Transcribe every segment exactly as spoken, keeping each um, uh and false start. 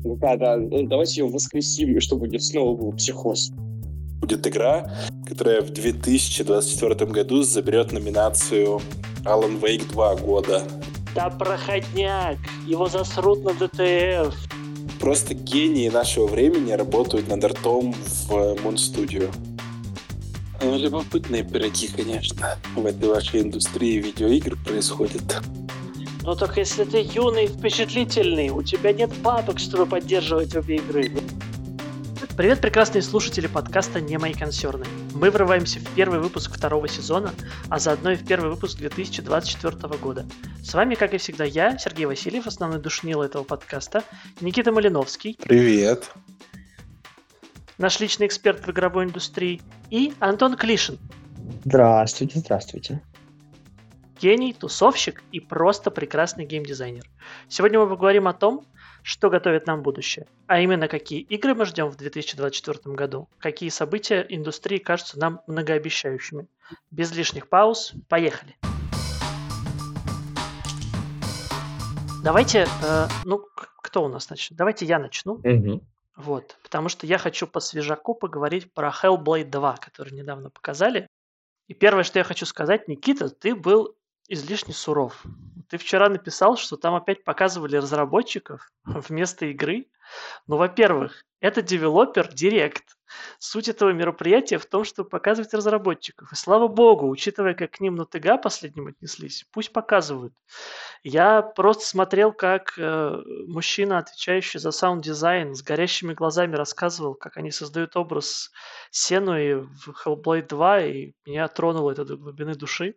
Ну да, да, ну, давайте ее воскресим, чтобы не снова был психоз. Будет игра, которая в две тысячи двадцать четвёртом году заберет номинацию Alan Wake два года. Да проходняк, его засрут на ди ти эф. Просто гении нашего времени работают над артом в Moon Studio. Ну, любопытные пироги, конечно, в этой вашей индустрии видеоигр происходят. Ну так если ты юный и впечатлительный, у тебя нет бабок, чтобы поддерживать обе игры. Привет, прекрасные слушатели подкаста «Не мои консерны». Мы врываемся в первый выпуск второго сезона, а заодно и в первый выпуск две тысячи двадцать четвёртого года. С вами, как и всегда, я, Сергей Васильев, основной душнил этого подкаста, Никита Малиновский. Привет. Наш личный эксперт в игровой индустрии, и Антон Клишин. Здравствуйте, здравствуйте. Гений, тусовщик и просто прекрасный геймдизайнер. Сегодня мы поговорим о том, что готовит нам будущее, а именно какие игры мы ждем в две тысячи двадцать четвёртом году, какие события индустрии кажутся нам многообещающими. Без лишних пауз, поехали! Давайте, э, ну, кто у нас начнет? Давайте я начну. Угу. Вот, потому что я хочу по свежаку поговорить про Hellblade два, который недавно показали. И первое, что я хочу сказать, Никита, ты был излишне суров. Ты вчера написал, что там опять показывали разработчиков вместо игры. Ну, во-первых, это девелопер Direct. Суть этого мероприятия в том, чтобы показывать разработчиков. И слава богу, учитывая, как к ним на ТГ последним отнеслись, пусть показывают. Я просто смотрел, как э, мужчина, отвечающий за саунд-дизайн, с горящими глазами рассказывал, как они создают образ Сенуи в Hellblade два, и меня тронуло это до глубины души.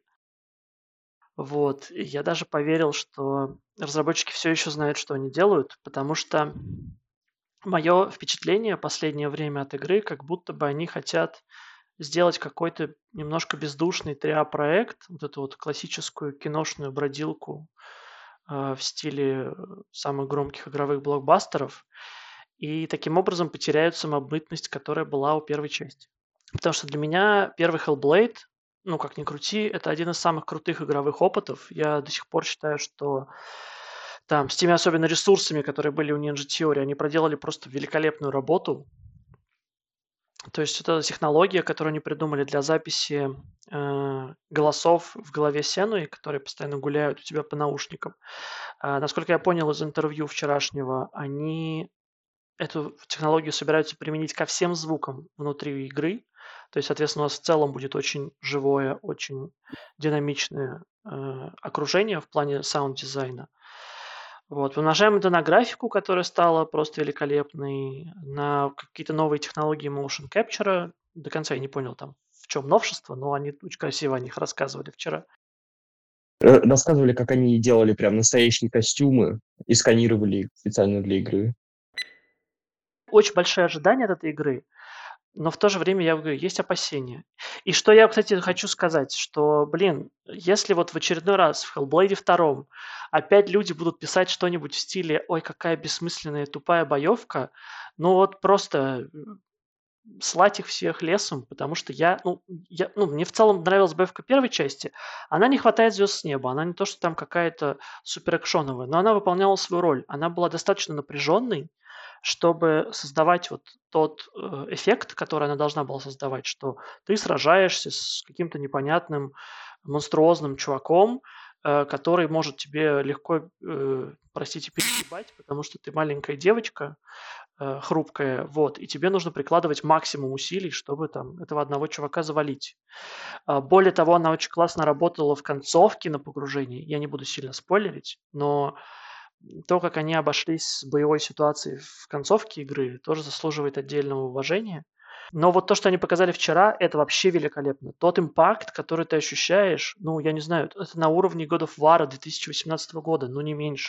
Вот. И я даже поверил, что разработчики все еще знают, что они делают, потому что мое впечатление последнее время от игры, как будто бы они хотят сделать какой-то немножко бездушный три А-проект, вот эту вот классическую киношную бродилку э, в стиле э, самых громких игровых блокбастеров, и таким образом потеряют самобытность, которая была у первой части. Потому что для меня первый Hellblade, ну, как ни крути, это один из самых крутых игровых опытов. Я до сих пор считаю, что там с теми особенно ресурсами, которые были у Ninja Theory, они проделали просто великолепную работу. То есть это технология, которую они придумали для записи э, голосов в голове Сенуи, которые постоянно гуляют у тебя по наушникам. Э, насколько я понял из интервью вчерашнего, они эту технологию собираются применить ко всем звукам внутри игры. То есть, соответственно, у нас в целом будет очень живое, очень динамичное э, окружение в плане саунд-дизайна. Вот. Умножаем это на графику, которая стала просто великолепной, на какие-то новые технологии motion capture. До конца я не понял, там, в чем новшество, но они очень красиво о них рассказывали вчера. Э, Рассказывали, как они делали прям настоящие костюмы и сканировали их специально для игры. Очень большие ожидания от этой игры, но в то же время, я говорю, есть опасения. И что я, кстати, хочу сказать, что, блин, если вот в очередной раз в Hellblade два опять люди будут писать что-нибудь в стиле «Ой, какая бессмысленная тупая боевка», ну вот просто слать их всех лесом, потому что я, ну, я, ну, мне в целом нравилась боевка первой части, она не хватает звезд с неба, она не то, что там какая-то супер экшоновая, но она выполняла свою роль, она была достаточно напряженной, чтобы создавать вот тот э, эффект, который она должна была создавать, что ты сражаешься с каким-то непонятным монструозным чуваком, э, который может тебе легко, э, простите, перебивать, потому что ты маленькая девочка, э, хрупкая, вот, и тебе нужно прикладывать максимум усилий, чтобы там этого одного чувака завалить. А, Более того, она очень классно работала в концовке на погружении. Я не буду сильно спойлерить, но то, как они обошлись с боевой ситуацией в концовке игры, тоже заслуживает отдельного уважения. Но вот то, что они показали вчера, это вообще великолепно. Тот импакт, который ты ощущаешь, ну, я не знаю, это на уровне God of War две тысячи восемнадцатого года, но не меньше.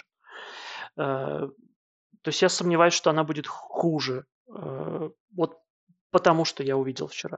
Э, То есть я сомневаюсь, что она будет хуже. Э, Вот потому, что я увидел вчера.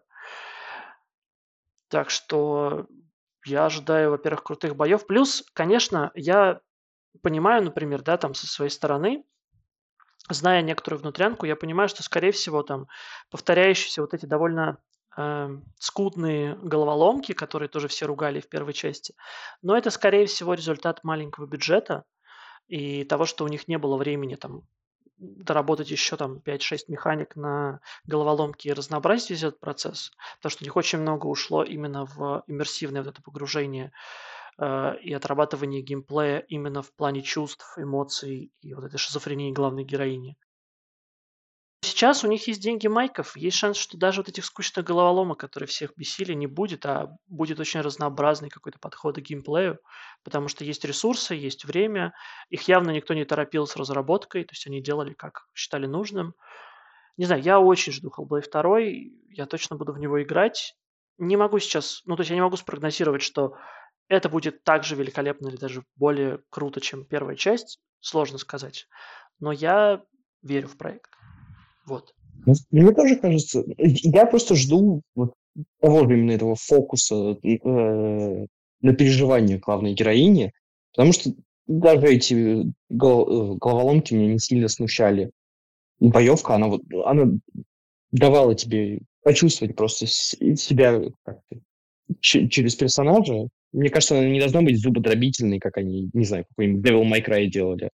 Так что я ожидаю, во-первых, крутых боев. Плюс, конечно, я понимаю, например, да, там со своей стороны, зная некоторую внутрянку, я понимаю, что, скорее всего, там повторяющиеся вот эти довольно э, скудные головоломки, которые тоже все ругали в первой части, но это, скорее всего, результат маленького бюджета и того, что у них не было времени там доработать еще там пять-шесть механик на головоломки и разнообразить весь этот процесс, потому что у них очень много ушло именно в иммерсивное вот это погружение э, и отрабатывание геймплея именно в плане чувств, эмоций и вот этой шизофрении главной героини. Сейчас у них есть деньги майков, есть шанс, что даже вот этих скучных головоломок, которые всех бесили, не будет, а будет очень разнообразный какой-то подход к геймплею, потому что есть ресурсы, есть время, их явно никто не торопил с разработкой, то есть они делали, как считали нужным. Не знаю, я очень жду Hellblade два, я точно буду в него играть. Не могу сейчас, ну то есть я не могу спрогнозировать, что это будет так же великолепно или даже более круто, чем первая часть, сложно сказать, но я верю в проект. Вот. Ну, Мне тоже кажется, я просто жду вот того же именно этого фокуса э, на переживание главной героини, потому что даже эти гол- э, головоломки меня не сильно смущали. И боевка, она вот, она давала тебе почувствовать просто с- себя как-то ч- через персонажа. Мне кажется, она не должна быть зубодробительной, как они, не знаю, какой-нибудь Devil May Cry делали.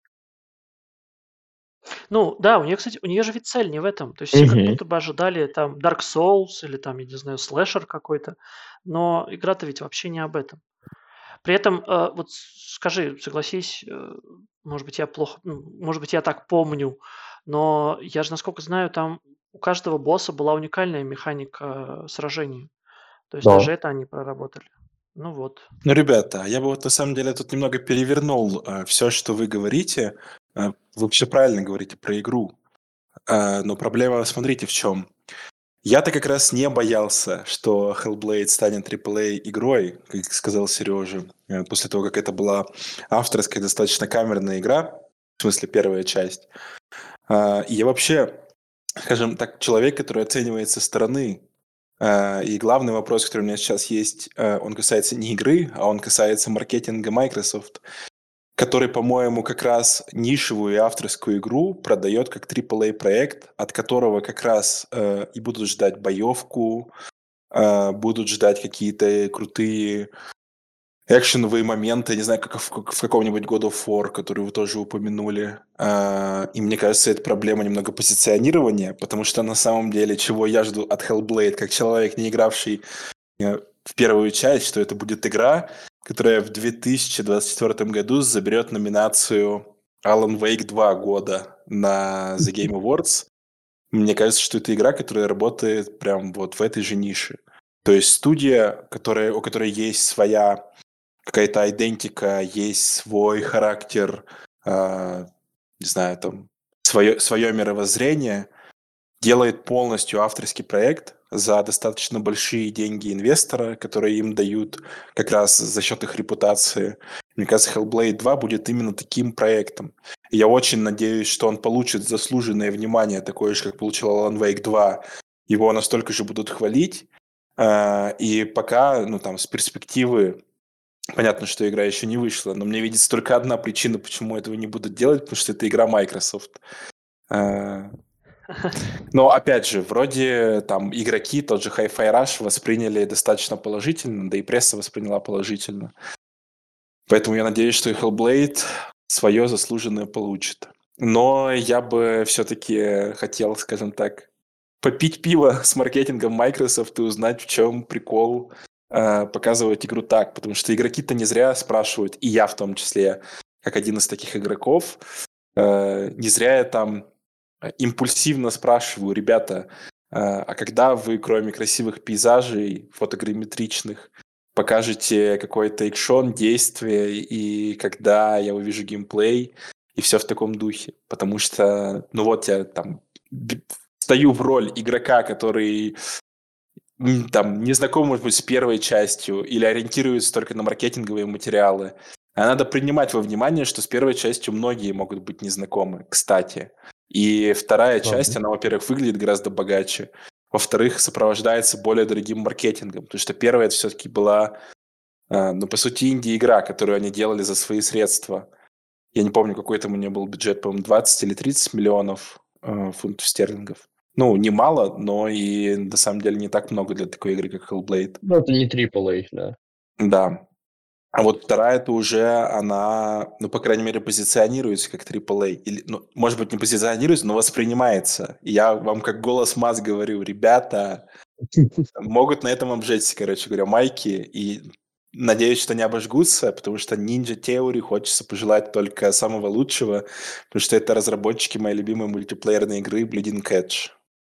Ну да, у нее, кстати, у нее же ведь цель не в этом. То есть все как Мгм. будто бы ожидали там Dark Souls или там, я не знаю, слэшер какой-то, но игра-то ведь вообще не об этом. При этом, э, вот с- скажи, согласись, э, может быть, я плохо, ну, может быть, я так помню, но я же, насколько знаю, там у каждого босса была уникальная механика сражений. То есть даже Да. это они проработали. Ну вот. Ну, ребята, я бы вот на самом деле тут немного перевернул все, что вы говорите. Э, Вы все правильно говорите про игру. Э, Но проблема, смотрите, в чем. Я-то как раз не боялся, что Hellblade станет трипл эй игрой, как сказал Сережа, э, после того, как это была авторская, достаточно камерная игра, в смысле первая часть. А, И я вообще, скажем так, человек, который оценивает со стороны. А, И главный вопрос, который у меня сейчас есть, э, он касается не игры, а он касается маркетинга Microsoft, который, по-моему, как раз нишевую и авторскую игру продает как трипл эй проект, от которого как раз э, и будут ждать боевку, э, будут ждать какие-то крутые экшеновые моменты, не знаю, как в, как в каком-нибудь God of War, который вы тоже упомянули. А, И мне кажется, это проблема немного позиционирования, потому что на самом деле, чего я жду от Hellblade, как человек, не игравший э, в первую часть, что это будет игра, которая в две тысячи двадцать четвёртом году заберет номинацию Alan Wake два года на The Game Awards. Мне кажется, что это игра, которая работает прям вот в этой же нише. То есть студия, которая, у которой есть своя какая-то идентика, есть свой характер, э, не знаю, там, свое, свое мировоззрение, делает полностью авторский проект за достаточно большие деньги инвестора, которые им дают как раз за счет их репутации. Мне кажется, Hellblade два будет именно таким проектом. И я очень надеюсь, что он получит заслуженное внимание, такое же, как получил Alan Wake два. Его настолько же будут хвалить. Э, И пока, ну там, с перспективы, понятно, что игра еще не вышла, но мне видится только одна причина, почему этого не будут делать, потому что это игра Microsoft. Э, Но, опять же, вроде там игроки, тот же Hi-Fi Rush восприняли достаточно положительно, да и пресса восприняла положительно. Поэтому я надеюсь, что и Hellblade свое заслуженное получит. Но я бы все-таки хотел, скажем так, попить пиво с маркетингом Microsoft и узнать, в чем прикол э, показывать игру так. Потому что игроки-то не зря спрашивают, и я в том числе, как один из таких игроков, э, не зря я там импульсивно спрашиваю: ребята, э, а когда вы, кроме красивых пейзажей фотограмметричных, покажете какой-то экшон, действие, и когда я увижу геймплей, и все в таком духе. Потому что, ну вот я там б- стою в роль игрока, который м, там не знаком, может быть, с первой частью или ориентируется только на маркетинговые материалы. А надо принимать во внимание, что с первой частью многие могут быть незнакомы, кстати. И вторая часть, Правда. она, во-первых, выглядит гораздо богаче, во-вторых, сопровождается более дорогим маркетингом, потому что первая это все-таки была, а, ну, по сути, инди-игра, которую они делали за свои средства. Я не помню, какой там у нее был бюджет, по-моему, двадцать или тридцать миллионов э, фунтов стерлингов. Ну, немало, но и на самом деле не так много для такой игры, как Hellblade. Ну, это не трипл эй, да. Да. А вот вторая-то уже она, ну, по крайней мере, позиционируется как трипл эй. Или, ну, может быть, не позиционируется, но воспринимается. И я вам как голос масс говорю, ребята могут на этом обжечься, короче говоря, майки. И надеюсь, что не обожгутся, потому что Ninja Theory хочется пожелать только самого лучшего, потому что это разработчики моей любимой мультиплеерной игры Bleeding Edge.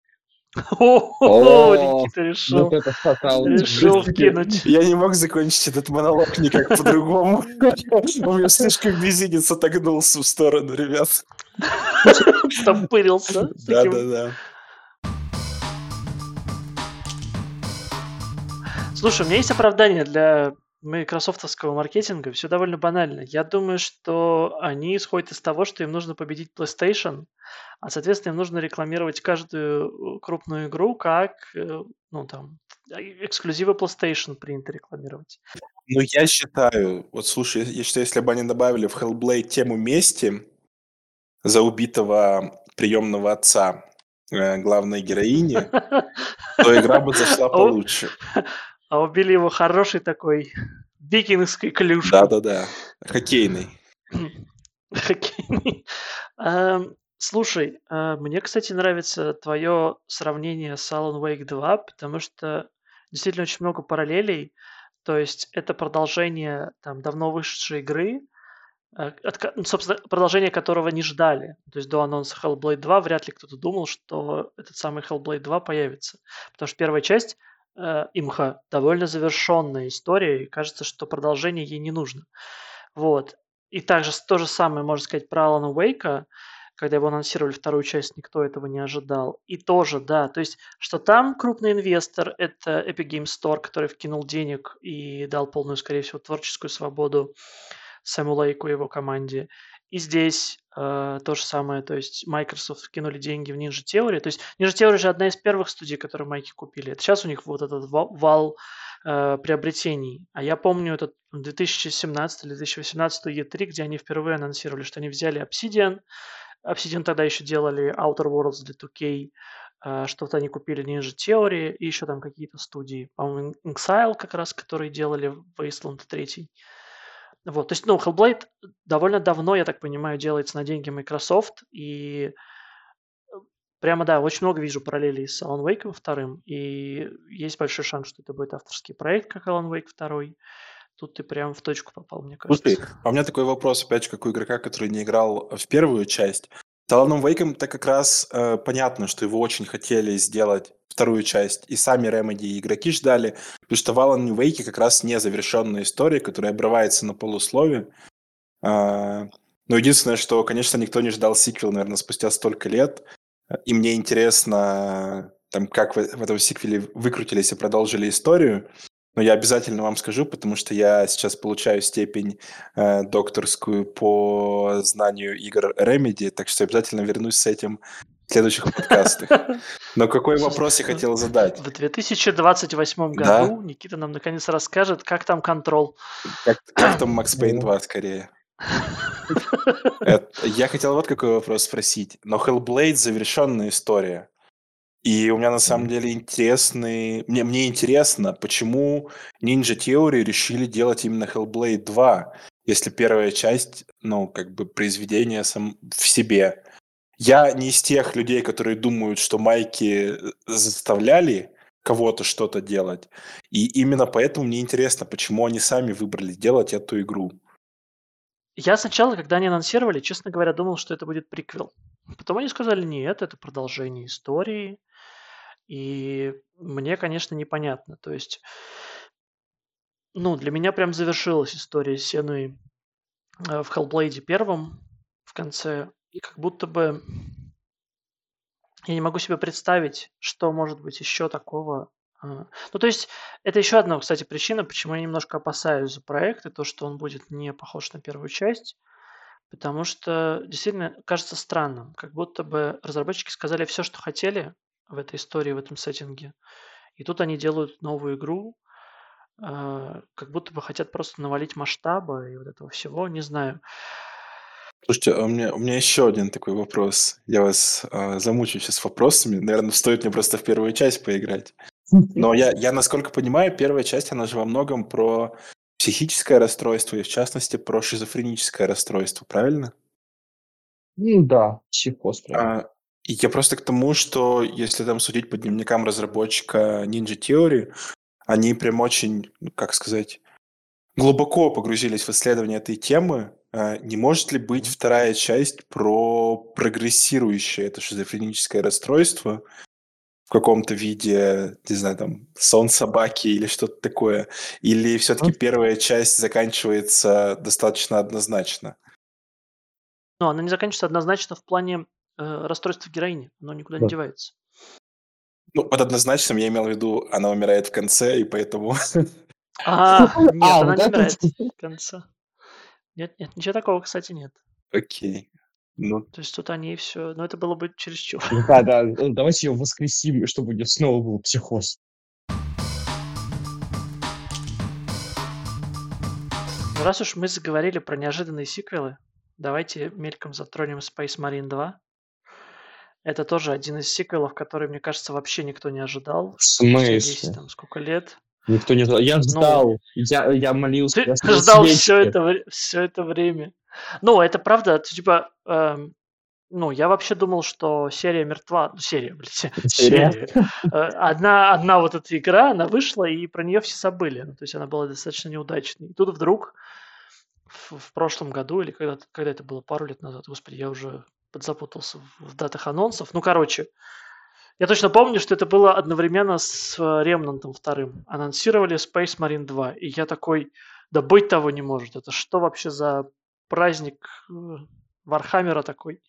О, Никита решил, Вот это шатаут. решил Простите, вкинуть. я не мог закончить этот монолог никак по-другому. У меня слишком мизинец отогнулся в сторону, ребят. Стопырился. с таким- Да-да-да. Слушай, у меня есть оправдание для майкрософтовского маркетинга. Все довольно банально. Я думаю, что они исходят из того, что им нужно победить PlayStation, а, соответственно, им нужно рекламировать каждую э, крупную игру как, э, ну, там, э, эксклюзивы PlayStation принято рекламировать. Ну, я считаю, вот слушай, я считаю, если бы они добавили в Hellblade тему мести за убитого приемного отца э, главной героини, то игра бы зашла А у- получше. А убили его хороший такой викингской клюшкой. Да-да-да. Хоккейный. Хоккейный. Ам, Слушай, а, мне, кстати, нравится твое сравнение с Alan Wake два, потому что действительно очень много параллелей. То есть это продолжение там давно вышедшей игры, э, от ко- ну, собственно, продолжение которого не ждали. То есть до анонса Hellblade два вряд ли кто-то думал, что этот самый Hellblade два появится. Потому что первая часть э, имха довольно завершенная история, и кажется, что продолжение ей не нужно. Вот. И также с- то же самое можно сказать про Алана Уэйка, когда его анонсировали вторую часть, никто этого не ожидал. И тоже, да, то есть, что там крупный инвестор, это Epic Games Store, который вкинул денег и дал полную, скорее всего, творческую свободу Сэму Лейку и его команде. И здесь э, то же самое, то есть Microsoft вкинули деньги в Ninja Theory. То есть Ninja Theory же одна из первых студий, которые майки купили. Это сейчас у них вот этот ва- вал э, приобретений. А я помню этот две тысячи семнадцатый или две тысячи восемнадцатый и три, где они впервые анонсировали, что они взяли Obsidian. Obsidian тогда еще делали Outer Worlds для two K. э, Что-то они купили Ninja Theory и еще там какие-то студии. По-моему, Inxile как раз, которые делали Wasteland три. Вот, то есть, ну, Hellblade довольно давно, я так понимаю, делается на деньги Microsoft, и прямо, да, очень много вижу параллелей с Alan Wake вторым, и есть большой шанс, что это будет авторский проект, как Alan Wake два. Тут ты прям в точку попал, мне Слушай, кажется. а у меня такой вопрос, опять же, как у игрока, который не играл в первую часть. С Alan Wake'ом-то как раз э, понятно, что его очень хотели сделать вторую часть, и сами Remedy и игроки ждали, потому что в Alan Wake'е как раз незавершенная история, которая обрывается на полуслове. А, но единственное, что, конечно, никто не ждал сиквел, наверное, спустя столько лет, и мне интересно, там, как в, в этом сиквеле выкрутились и продолжили историю. Но я обязательно вам скажу, потому что я сейчас получаю степень э, докторскую по знанию игр Remedy, так что обязательно вернусь с этим в следующих подкастах. Но какой вопрос я хотел задать? В две тысячи двадцать восьмом Да? году Никита нам наконец расскажет, как там контрол. Как, как там Max Payne два скорее? Это- Я хотел вот какой вопрос спросить. Но Hellblade — завершенная история. И у меня на самом деле интересный... Мне, мне интересно, почему Ninja Theory решили делать именно Hellblade два, если первая часть, ну, как бы произведение сам в себе. Я не из тех людей, которые думают, что майки э, заставляли кого-то что-то делать. И именно поэтому мне интересно, почему они сами выбрали делать эту игру. Я сначала, когда они анонсировали, честно говоря, думал, что это будет приквел. Потом они сказали, нет, это продолжение истории. И мне, конечно, непонятно. То есть, ну, для меня прям завершилась история с Сеной э, в Hellblade первом в конце. И как будто бы я не могу себе представить, что может быть еще такого. а. Ну, то есть, это еще одна, кстати, причина, почему я немножко опасаюсь за проект, и то, что он будет не похож на первую часть. Потому что действительно кажется странным, как будто бы разработчики сказали все, что хотели в этой истории, в этом сеттинге. И тут они делают новую игру, а, как будто бы хотят просто навалить масштаба и вот этого всего, не знаю. Слушайте, а у меня, у меня еще один такой вопрос. Я вас а, замучу сейчас вопросами. Наверное, стоит мне просто в первую часть поиграть. Но я, я, насколько понимаю, первая часть, она же во многом про психическое расстройство и, в частности, про шизофреническое расстройство, правильно? Ну да, психоз прям. А, и я просто к тому, что если там судить по дневникам разработчика Ninja Theory, они прям очень, ну, как сказать, глубоко погрузились в исследование этой темы. А, не может ли быть Мгм. вторая часть про прогрессирующее это шизофреническое расстройство в каком-то виде, не знаю, там, сон собаки или что-то такое? Или все-таки Ну, первая часть заканчивается достаточно однозначно? Но она не заканчивается однозначно в плане э, расстройства героини. Оно никуда не да. девается. Ну, под однозначным я имел в виду, она умирает в конце, и поэтому... А, нет, А, она вот не это... умирает в конце. Нет, нет, ничего такого, кстати, нет. Окей. Ну, То есть тут они все... Но это было бы чересчур. Да, да, э, давайте ее воскресим, чтобы у нее снова был психоз. Ну, раз уж мы заговорили про неожиданные сиквелы, давайте мельком затронем Space Marine два. Это тоже один из сиквелов, который, мне кажется, вообще никто не ожидал. В Спустя десять смысле? там сколько лет. Никто не ждал. Я Ну, ждал. Я, я молился, ты я ставил ждал все свечки. это, вре- все это время. Ну, это правда, ты, типа, эм, ну, я вообще думал, что серия мертва. Ну, серия, блядь, Серия. серия. Э, Одна, одна вот эта игра, она вышла, и про нее все забыли. Ну, то есть она была достаточно неудачной. И тут вдруг в, в прошлом году, или когда, когда это было, пару лет назад, господи, я уже подзапутался в, в датах анонсов. Ну, короче, я точно помню, что это было одновременно с Ремнантом вторым. Анонсировали Space Marine два. И я такой, да быть того не может. Это что вообще за праздник э, Вархаммера такой?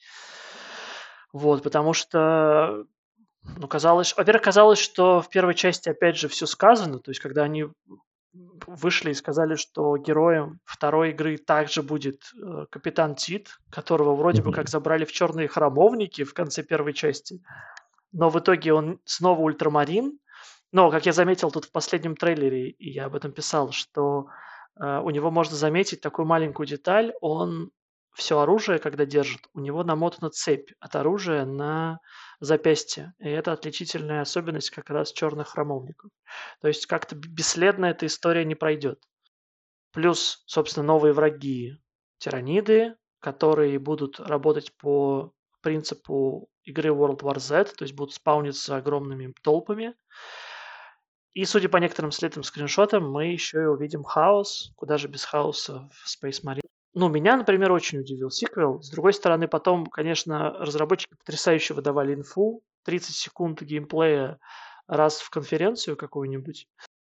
Вот, потому что, ну, казалось, во-первых, казалось, что в первой части опять же все сказано. То есть, когда они вышли и сказали, что героем второй игры также будет э, капитан Тит, которого вроде бы Мгм. как забрали в черные храмовники в конце первой части, но в итоге он снова ультрамарин. Но, как я заметил тут в последнем трейлере, и я об этом писал, что э, у него можно заметить такую маленькую деталь. Он все оружие, когда держит, у него намотана цепь от оружия на запястье. И это отличительная особенность как раз черных храмовников. То есть как-то б- бесследно эта история не пройдет. Плюс, собственно, новые враги тираниды, которые будут работать по принципу игры World War Z, то есть будут спауниться огромными толпами. И, судя по некоторым слитым скриншотам, мы еще и увидим хаос. Куда же без хаоса в Space Marine? Ну, меня, например, очень удивил сиквел. С другой стороны, потом, конечно, разработчики потрясающе выдавали инфу. тридцать секунд геймплея раз в конференцию какую-нибудь.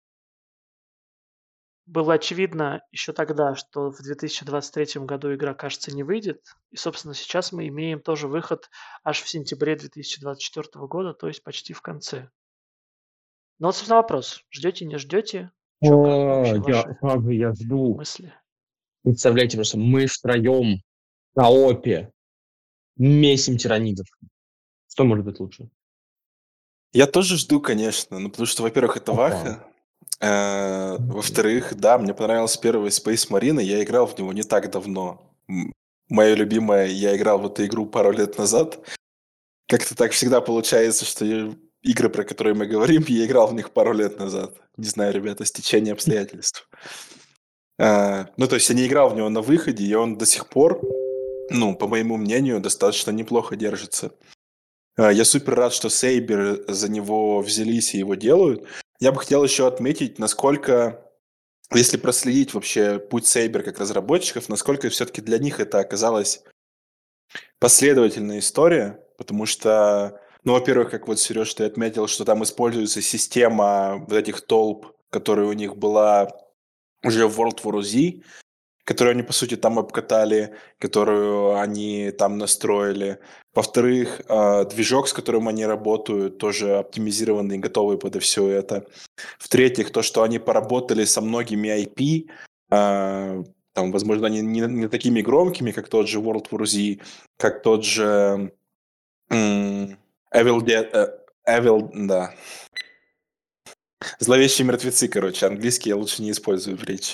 Было очевидно еще тогда, что в две тысячи двадцать третьем году игра, кажется, не выйдет. И, собственно, сейчас мы имеем тоже выход аж в сентябре две тысячи двадцать четвёртого года, то есть почти в конце. Ну вот, собственно, вопрос. Ждете, не ждете? Чё, как О, вообще я, ваши как же я жду. мысли? Представляете, просто мы втроем на опе месим тиранидов. Что может быть лучше? я тоже жду, конечно, ну, потому что, во-первых, это Опа. Ваха. Э, Мгм. Во-вторых, да, мне понравился первый Space Marine, и я играл в него не так давно. Мое любимое, я играл в эту игру пару лет назад. Как-то так всегда получается, что я- игры, про которые мы говорим, я играл в них пару лет назад. Не знаю, ребята, стечение обстоятельств. Э, Ну, то есть я не играл в него на выходе, и он до сих пор, ну, по моему мнению, достаточно неплохо держится. Э, Я супер рад, что Сейбер за него взялись и его делают. Я бы хотел еще отметить, насколько, если проследить вообще путь Сейбер как разработчиков, насколько все-таки для них это оказалась последовательная история, потому что, ну, во-первых, как вот, Сереж, ты отметил, что там используется система вот этих толп, которая у них была уже в World War Z, которую они, по сути, там обкатали, которую они там настроили. Во-вторых, э, движок, с которым они работают, тоже оптимизированный, готовый под все это. В-третьих, то, что они поработали со многими ай пи, э, там, возможно, они не, не такими громкими, как тот же World War Z, как тот же м, Evil Dead, э, Evil, да. Зловещие мертвецы, короче, английский я лучше не использую в речи.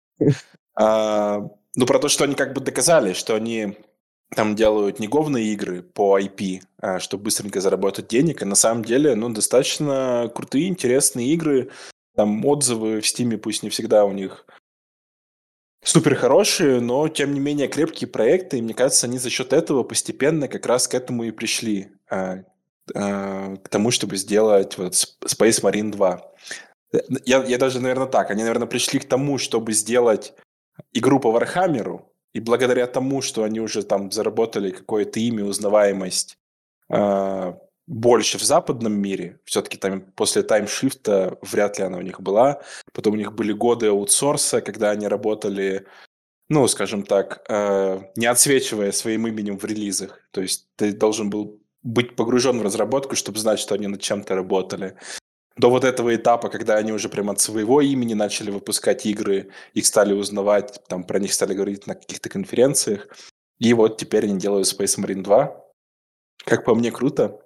А, ну, про то, что они как бы доказали, что они там делают не говные игры по ай пи, а, чтобы быстренько заработать денег, и на самом деле, ну, достаточно крутые, интересные игры. Там отзывы в Стиме, пусть не всегда у них супер хорошие, но тем не менее крепкие проекты, и мне кажется, они за счет этого постепенно как раз к этому и пришли, а, а, к тому, чтобы сделать вот Space Marine два. Я, я даже, наверное, так, они, наверное, пришли к тому, чтобы сделать игру по Вархаммеру, и благодаря тому, что они уже там заработали какое-то имя, узнаваемость а, больше в западном мире, все-таки там после таймшифта вряд ли она у них была, потом у них были годы аутсорса, когда они работали, ну, скажем так, э, не отсвечивая своим именем в релизах, то есть ты должен был быть погружен в разработку, чтобы знать, что они над чем-то работали. До вот этого этапа, когда они уже прям от своего имени начали выпускать игры, их стали узнавать, там про них стали говорить на каких-то конференциях, и вот теперь они делают Space Marine два. Как по мне, круто.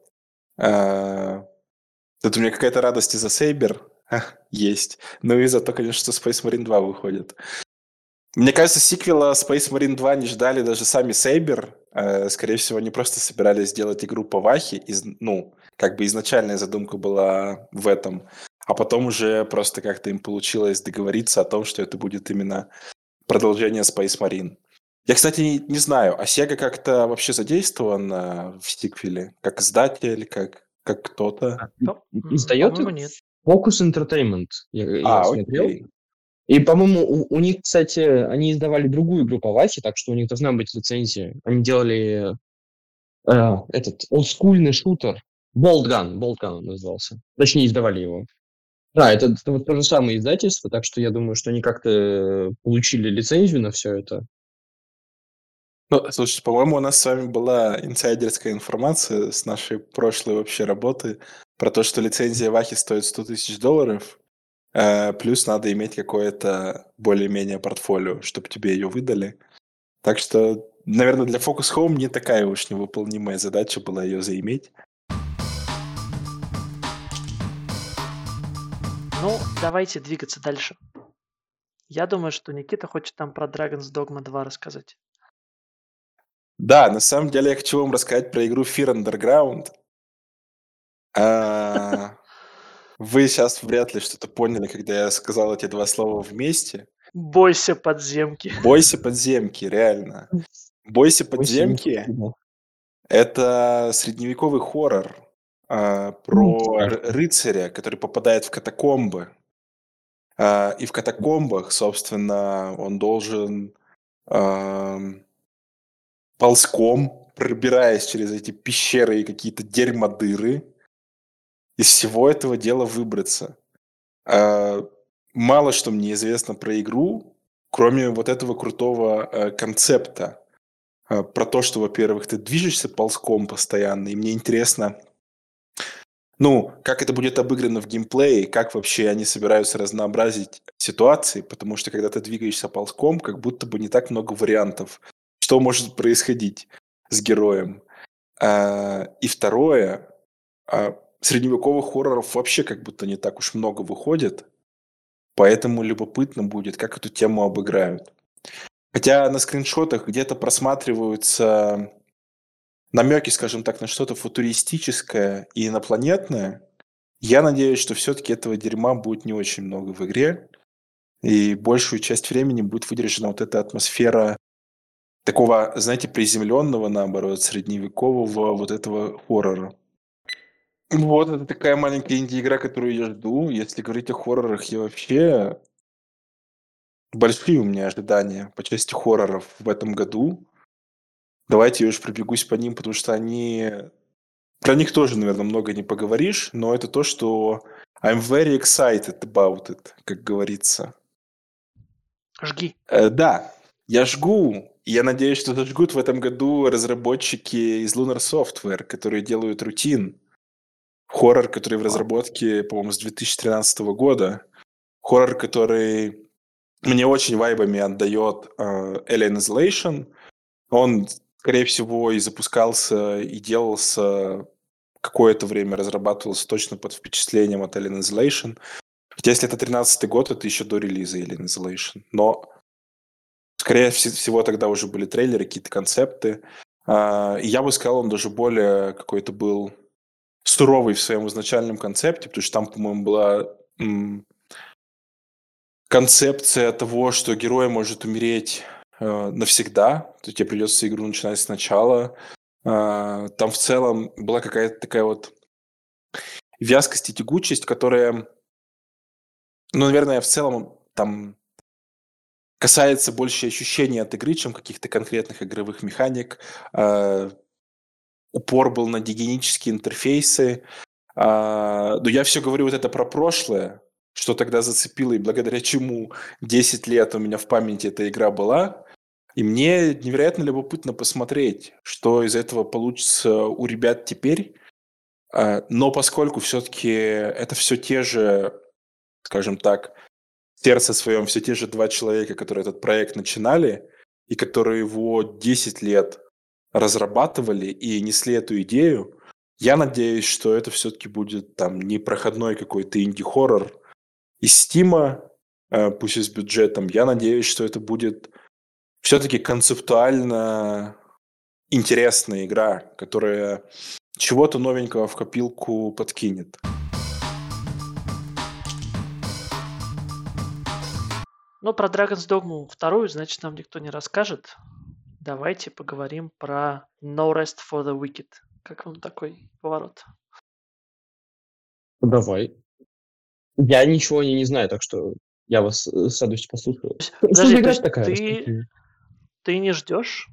А, Тут у меня какая-то радость из-за Сейбер есть. Ну и за то, конечно, что Space Marine два выходит. Мне кажется, сиквела Space Marine два не ждали даже сами Сейбер. Скорее всего, они просто собирались сделать игру по Вахе. Из, ну, как бы изначальная задумка была в этом. А потом уже просто как-то им получилось договориться о том, что это будет именно продолжение Space Marine. Я, кстати, не, не знаю, а Sega как-то вообще задействован э, в сиквеле? Как издатель, как, как кто-то? Ну, Издает по-моему, их нет. Focus Entertainment. Я, я А, смотрел. окей. И, по-моему, у, у них, кстати, они издавали другую игру по Вахе, так что у них должна быть лицензия. Они делали э, этот олдскульный шутер. Boltgun. Boltgun он назывался. Точнее, издавали его. Да, это, это вот то же самое издательство, так что я думаю, что они как-то получили лицензию на все это. Ну, слушайте, по-моему, у нас с вами была инсайдерская информация с нашей прошлой вообще работы про то, что лицензия Вахи стоит сто тысяч долларов, э, плюс надо иметь какое-то более-менее портфолио, чтобы тебе ее выдали. Так что, наверное, для Focus Home не такая уж невыполнимая задача была ее заиметь. Ну, давайте двигаться дальше. Я думаю, что Никита хочет там про Dragon's Dogma два рассказать. Да, на самом деле я хочу вам рассказать про игру Fear Underground. А, Вы сейчас вряд ли что-то поняли, когда я сказал эти два слова вместе. Бойся подземки. Бойся подземки, реально. Бойся Очень подземки необходимо. — это средневековый хоррор а, про страшно. р- рыцаря, который попадает в катакомбы. А, и в катакомбах, собственно, он должен ам, ползком, пробираясь через эти пещеры и какие-то дерьмодыры, из всего этого дела выбраться. А, Мало что мне известно про игру, кроме вот этого крутого э, концепта. А, Про то, что, во-первых, ты движешься ползком постоянно, и мне интересно, ну, как это будет обыграно в геймплее, как вообще они собираются разнообразить ситуации, потому что когда ты двигаешься ползком, как будто бы не так много вариантов, что может происходить с героем. А, И второе, а, средневековых хорроров вообще как будто не так уж много выходит, поэтому любопытно будет, как эту тему обыграют. Хотя на скриншотах где-то просматриваются намеки, скажем так, на что-то футуристическое и инопланетное. Я надеюсь, что все-таки этого дерьма будет не очень много в игре, и большую часть времени будет выдержана вот эта атмосфера такого, знаете, приземленного, наоборот, средневекового вот этого хоррора. Вот, это такая маленькая инди-игра, которую я жду. Если говорить о хоррорах, я вообще... Большие у меня ожидания по части хорроров в этом году. Давайте я уж пробегусь по ним, потому что они... Про них тоже, наверное, много не поговоришь, но это то, что I'm very excited about it, как говорится. Жги. Э, да, я жгу. И я надеюсь, что зажгут в этом году разработчики из Lunar Software, которые делают рутин. Хоррор, который в разработке, по-моему, с две тысячи тринадцатого года. Хоррор, который мне очень вайбами отдает э, Alien Isolation. Он, скорее всего, и запускался, и делался какое-то время, разрабатывался точно под впечатлением от Alien Isolation. Хотя если это тринадцатый год, это еще до релиза Alien Isolation. Но, скорее всего, тогда уже были трейлеры, какие-то концепты. А, И я бы сказал, он даже более какой-то был суровый в своем изначальном концепте, потому что там, по-моему, была м, концепция того, что герой может умереть э, навсегда, то тебе придется игру начинать сначала. Э, там в целом была какая-то такая вот вязкость и тягучесть, которая, ну, наверное, в целом там касается больше ощущений от игры, чем каких-то конкретных игровых механик. Э, упор был на гигиенические интерфейсы. А, но я все говорю вот это про прошлое, что тогда зацепило, и благодаря чему десять лет у меня в памяти эта игра была. И мне невероятно любопытно посмотреть, что из этого получится у ребят теперь. А, но поскольку все-таки это все те же, скажем так, в сердце своем все те же два человека, которые этот проект начинали, и которые его десять лет разрабатывали и несли эту идею, я надеюсь, что это все-таки будет там не проходной какой-то инди-хоррор из Стима, э, пусть и с бюджетом. Я надеюсь, что это будет все-таки концептуально интересная игра, которая чего-то новенького в копилку подкинет. Ну, про Dragon's Dogma вторую, значит, нам никто не расскажет. Давайте поговорим про No Rest for the Wicked. Как вам такой поворот? Давай. Я ничего не, не знаю, так что я вас э, с радостью послушаю. Что Подожди, за то игра есть такая? ты, Расскажите мне. ты не ждешь?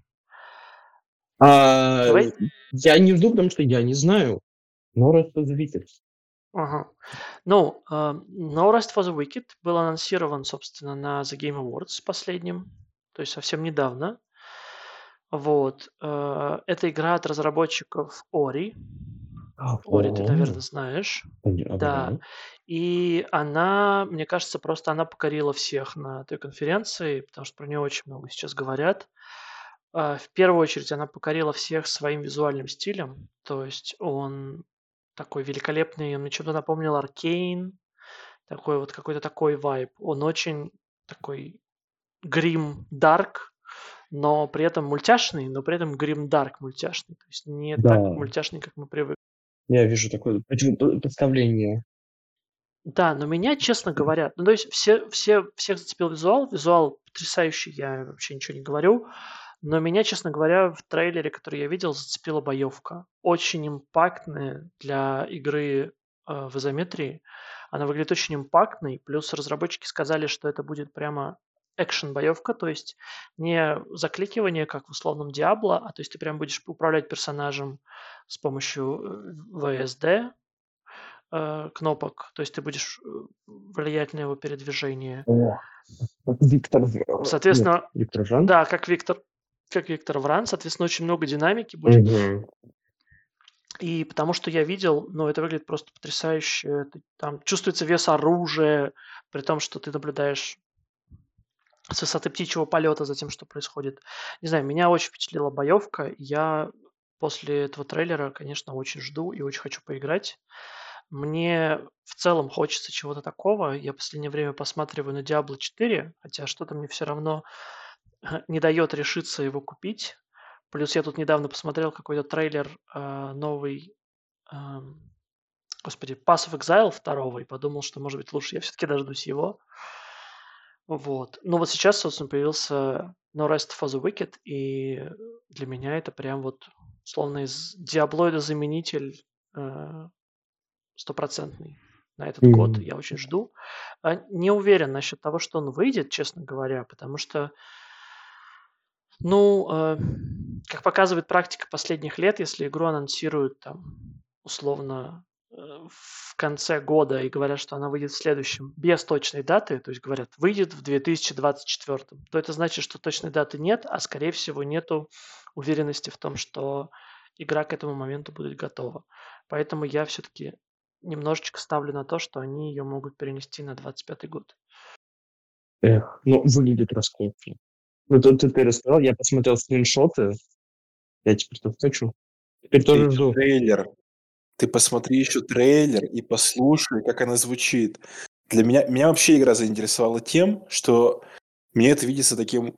А, Давай. я не жду, потому что я не знаю. Но раз Wicked. Ага. Ну, э, No Rest for the Wicked был анонсирован, собственно, на The Game Awards последним, то есть совсем недавно. Вот. э, Это игра от разработчиков Ori. Ori ты, наверное, О, знаешь. понятно, Да. да. И она, мне кажется, просто она покорила всех на той конференции, потому что про нее очень много сейчас говорят. А, В первую очередь она покорила всех своим визуальным стилем. То есть он такой великолепный, он мне чем-то напомнил Аркейн, такой вот какой-то такой вайб. Он очень такой грим дарк, но при этом мультяшный, но при этом грим дарк мультяшный. То есть не так Да, мультяшный, как мы привыкли. я вижу такое противопоставление. Да, но меня, честно говоря, ну, то есть все, все, всех зацепил визуал. Визуал потрясающий, я вообще ничего не говорю. Но меня, честно говоря, в трейлере, который я видел, зацепила боевка. Очень импактная для игры э, в изометрии. Она выглядит очень импактной. Плюс разработчики сказали, что это будет прямо экшен-боевка, то есть не закликивание, как в условном Диабло, а то есть ты прям будешь управлять персонажем с помощью э, ви эс ди, э, кнопок, то есть ты будешь э, влиять на его передвижение. О, Виктор... В- Нет, Соответственно, Виктор Жан? да, как Виктор, как Виктор Вран, соответственно, очень много динамики будет. Мгм. И потому что я видел, ну, это выглядит просто потрясающе. Ты- Там чувствуется вес оружия, при том, что ты наблюдаешь с высоты птичьего полета за тем, что происходит. Не знаю, меня очень впечатлила боевка. Я после этого трейлера, конечно, очень жду и очень хочу поиграть. Мне в целом хочется чего-то такого. Я в последнее время посматриваю на Diablo четыре, хотя что-то мне все равно не дает решиться его купить. Плюс я тут недавно посмотрел какой-то трейлер а, новый, ам, господи, Pass of Exile второго и подумал, что, может быть, лучше я все-таки дождусь его. Вот. Ну вот сейчас, собственно, появился No Rest for the Wicked, и для меня это прям вот словно из Диаблоида заменитель э, стопроцентный на этот год. Мгм. Я очень жду. А, Не уверен насчет того, что он выйдет, честно говоря, потому что, ну, э, как показывает практика последних лет, если игру анонсируют там условно э, в конце года и говорят, что она выйдет в следующем, без точной даты, то есть говорят, выйдет в две тысячи двадцать четвёртом, то это значит, что точной даты нет, а скорее всего нету уверенности в том, что игра к этому моменту будет готова. Поэтому я все-таки немножечко ставлю на то, что они ее могут перенести на двадцать пятый год. Эх, ну, выглядит роскошно. Ну, тут ты, ты рассказал, я посмотрел скриншоты, я теперь тоже хочу. Теперь Ты тоже еще жду. трейлер. Ты посмотри еще трейлер и послушай, как она звучит. Для меня, меня вообще игра заинтересовала тем, что мне это видится таким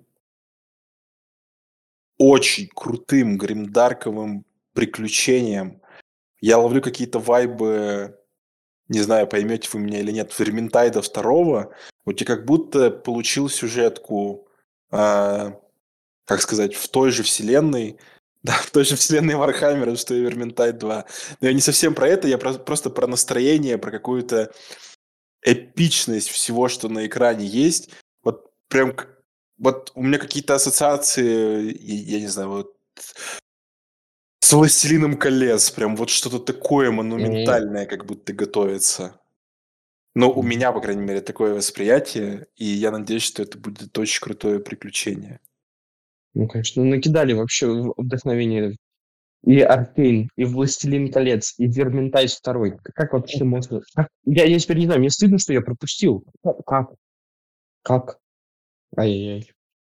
очень крутым гримдарковым приключением. Я ловлю какие-то вайбы не знаю, поймете вы меня или нет, Верминтайда второго, у тебя как будто получил сюжетку, а, как сказать, в той же вселенной, да, в той же вселенной Вархаммера, что и Верминтайд два. Но я не совсем про это, я про- просто про настроение, про какую-то эпичность всего, что на экране есть. Вот прям, к- вот у меня какие-то ассоциации, я, я не знаю, вот с «Властелином колец», прям вот что-то такое М, монументальное как будто готовится. Ну, у м. меня, по крайней мере, такое восприятие, и я надеюсь, что это будет очень крутое приключение. Ну, конечно, накидали вообще в- вдохновение и Аркейн, и Властелин колец, и Верминтайд второй. Как вообще можно? Как? Я, я теперь не знаю, мне стыдно, что я пропустил. Как? Как? Как? Ай-яй-яй.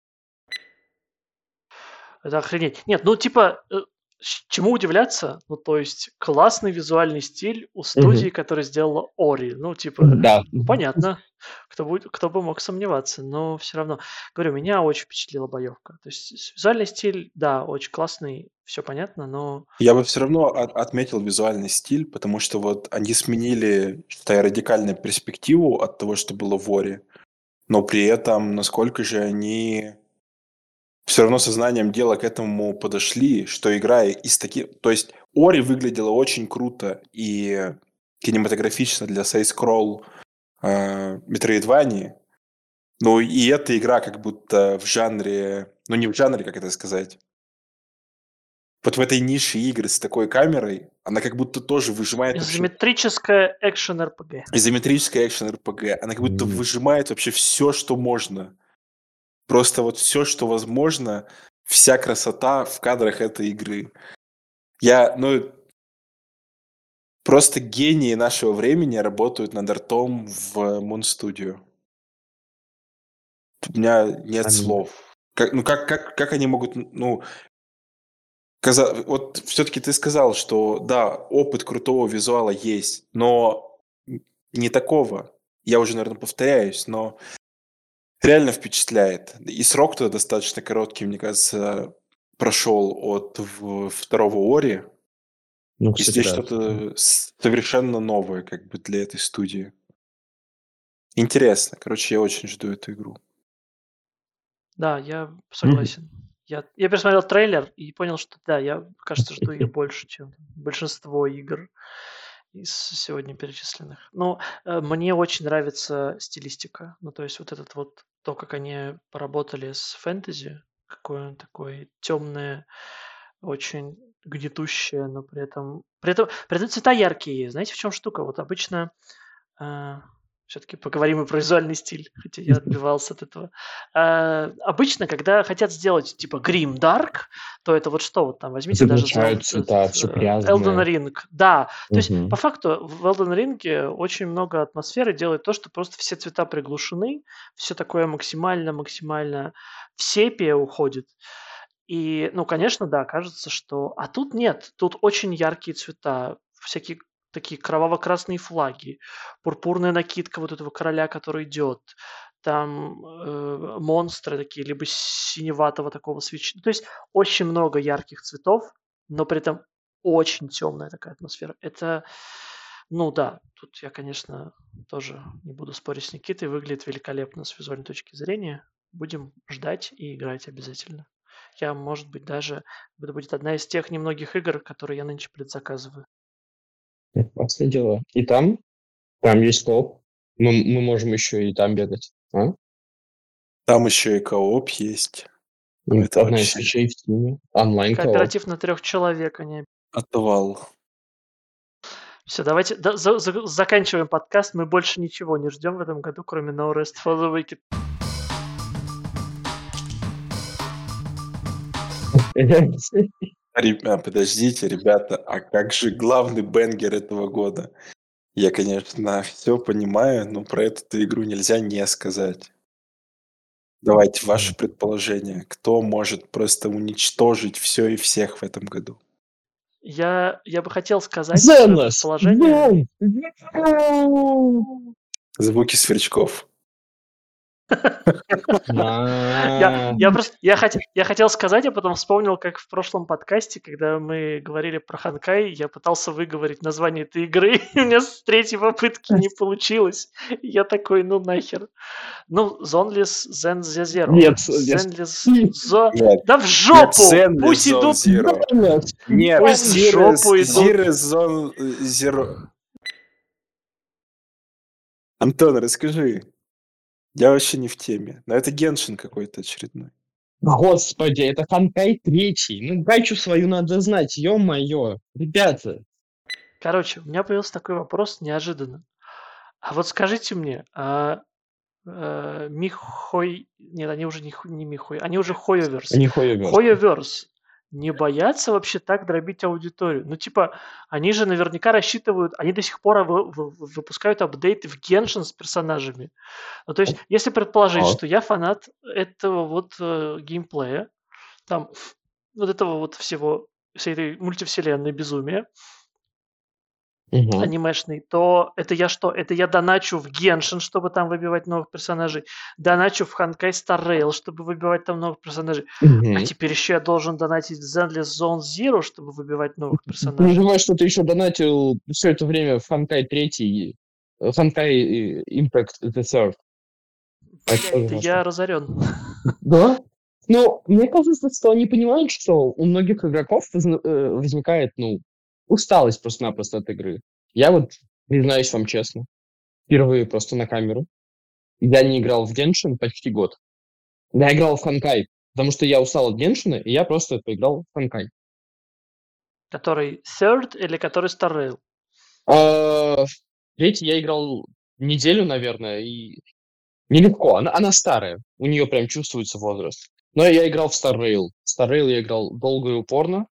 Это охренеть. Нет, ну типа, э, ч- чему удивляться? Ну, то есть, классный визуальный стиль у студии, Мгм. которая сделала Ори. Ну, типа, Да. ну, понятно, кто, будет, кто бы мог сомневаться, но все равно. Говорю, меня очень впечатлила боевка. То есть, с- визуальный стиль, да, очень классный, все понятно, но Я бы все равно от- отметил визуальный стиль, потому что вот они сменили, считаю, радикально перспективу от того, что было в Оре, но при этом насколько же они все равно сознанием дела к этому подошли, что игра из таких... То есть Ори выглядела очень круто и кинематографично для сайд-скролл э, Metroidvania, ну и эта игра как будто в жанре... Ну не в жанре, как это сказать. Вот в этой нише игры с такой камерой, она как будто тоже выжимает вообще... изометрическая экшен-эр пи джи. Изометрическая экшен-эр пи джи, она как будто М. выжимает вообще все, что можно. Просто вот все, что возможно, вся красота в кадрах этой игры. Я, ну, просто гении нашего времени работают над артом в Moon Studio. У меня нет Аминь. слов. Как, ну, как, как, как они могут, ну, каза- вот все-таки ты сказал, что да, опыт крутого визуала есть, но не такого. Я уже, наверное, повторяюсь, но реально впечатляет. И срок-то достаточно короткий, мне кажется, прошел от в- второго Ори. Ну, И кстати, здесь да. что-то с- совершенно новое, как бы для этой студии. Интересно. Короче, я очень жду эту игру. Да, я Мгм. согласен. Я, я пересмотрел трейлер и понял, что да, я, кажется, жду ее больше, чем большинство игр из сегодня перечисленных. Но э, мне очень нравится стилистика. Ну, то есть вот этот вот, то, как они поработали с фэнтези, какое он такое темное, очень гнетущее, но при этом, при этом, при этом цвета яркие. Знаете, в чем штука? Вот обычно все-таки поговорим и про визуальный стиль, хотя я отбивался от этого. А, обычно, когда хотят сделать типа Grim Dark, то это вот что вот там, возьмите даже The Замечают Eld- цвета, этот, все э, Elden грязное. Ring. Да, то есть по Мгм. факту в Elden Ring очень много атмосферы делает то, что просто все цвета приглушены, все такое максимально-максимально в сепия уходит. И, ну, конечно, да, кажется, что... А тут нет, тут очень яркие цвета, всякие такие кроваво-красные флаги, пурпурная накидка вот этого короля, который идет, там э, монстры такие, либо синеватого такого свечения. То есть очень много ярких цветов, но при этом очень темная такая атмосфера. Это, ну да, тут я, конечно, тоже не буду спорить с Никитой, выглядит великолепно с визуальной точки зрения. Будем ждать и играть обязательно. Я, может быть, даже это будет одна из тех немногих игр, которые я нынче предзаказываю. Классное дело. И там, там есть коп. Мы, мы можем еще и там бегать. А? Там еще и кооп есть. И Это одна из вообще вещей в Steam. Онлайн кооп. Кооператив на трех человек, они... отвал. Все, давайте да, за- за- заканчиваем подкаст. Мы больше ничего не ждем в этом году, кроме No Rest for the Wicked. Реб- а, подождите, ребята, а как же главный бенгер этого года? Я, конечно, все понимаю, но про эту игру нельзя не сказать. Давайте ваши предположения. Кто может просто уничтожить все и всех в этом году? Я, я бы хотел сказать свое Зенос! предположение. Зен! Звуки сверчков. Я, я просто я, хот, я хотел сказать, а потом вспомнил, как в прошлом подкасте, когда мы говорили про Ханкай, я пытался выговорить название этой игры, и у меня с третьей попытки не получилось. Я такой, ну нахер. Ну, Zoneless Zen Zero. Нет, Zenless нет. Zo... Нет. Да в жопу! Zenless Пусть Zone идут... Zero. Нет, Пусть в Zero, жопу идут. Zero Zone Zero. Антон, расскажи. Я вообще не в теме. Но это Геншин какой-то очередной. Господи, это Ханкай третий. Ну, гачу свою надо знать, ё-моё. Ребята. Короче, у меня появился такой вопрос неожиданно. А вот скажите мне, а, а, Михой... Нет, они уже не, ху- не Михой, они уже Хойоверс. Не Хойоверс. Хойоверс не боятся вообще так дробить аудиторию? Ну, типа, они же наверняка рассчитывают, они до сих пор вы- вы- выпускают апдейты в Геншин с персонажами. Ну, то есть, если предположить, А. что я фанат этого вот э, геймплея, там, вот этого вот всего, всей этой мультивселенной безумия, Мгм. анимешный, то это я что? Это я доначу в Геншин, чтобы там выбивать новых персонажей, доначу в Ханкай Star Rail, чтобы выбивать там новых персонажей, а Мгм. теперь еще я должен донатить в Zenless Zone Zero, чтобы выбивать новых Ты не персонажей. забывай, что ты еще донатил все это время в Ханкай третий, э, Ханкай э, Impact the Third. Это Блядь, тоже да важно. я разорен. Да? Ну, мне кажется, что они понимают, что у многих игроков возна- э, возникает, ну, усталость просто-напросто от игры. Я вот, признаюсь вам честно, впервые просто на камеру. Я не играл в Геншин почти год. Я играл в Ханкай, потому что я устал от Геншина, и я просто поиграл в Ханкай. Который Third или который Star Rail? А, в третий я играл неделю, наверное, и нелегко. Она, она старая, у нее прям чувствуется возраст. Но я играл в Star Rail. В Star Rail я играл долго и упорно.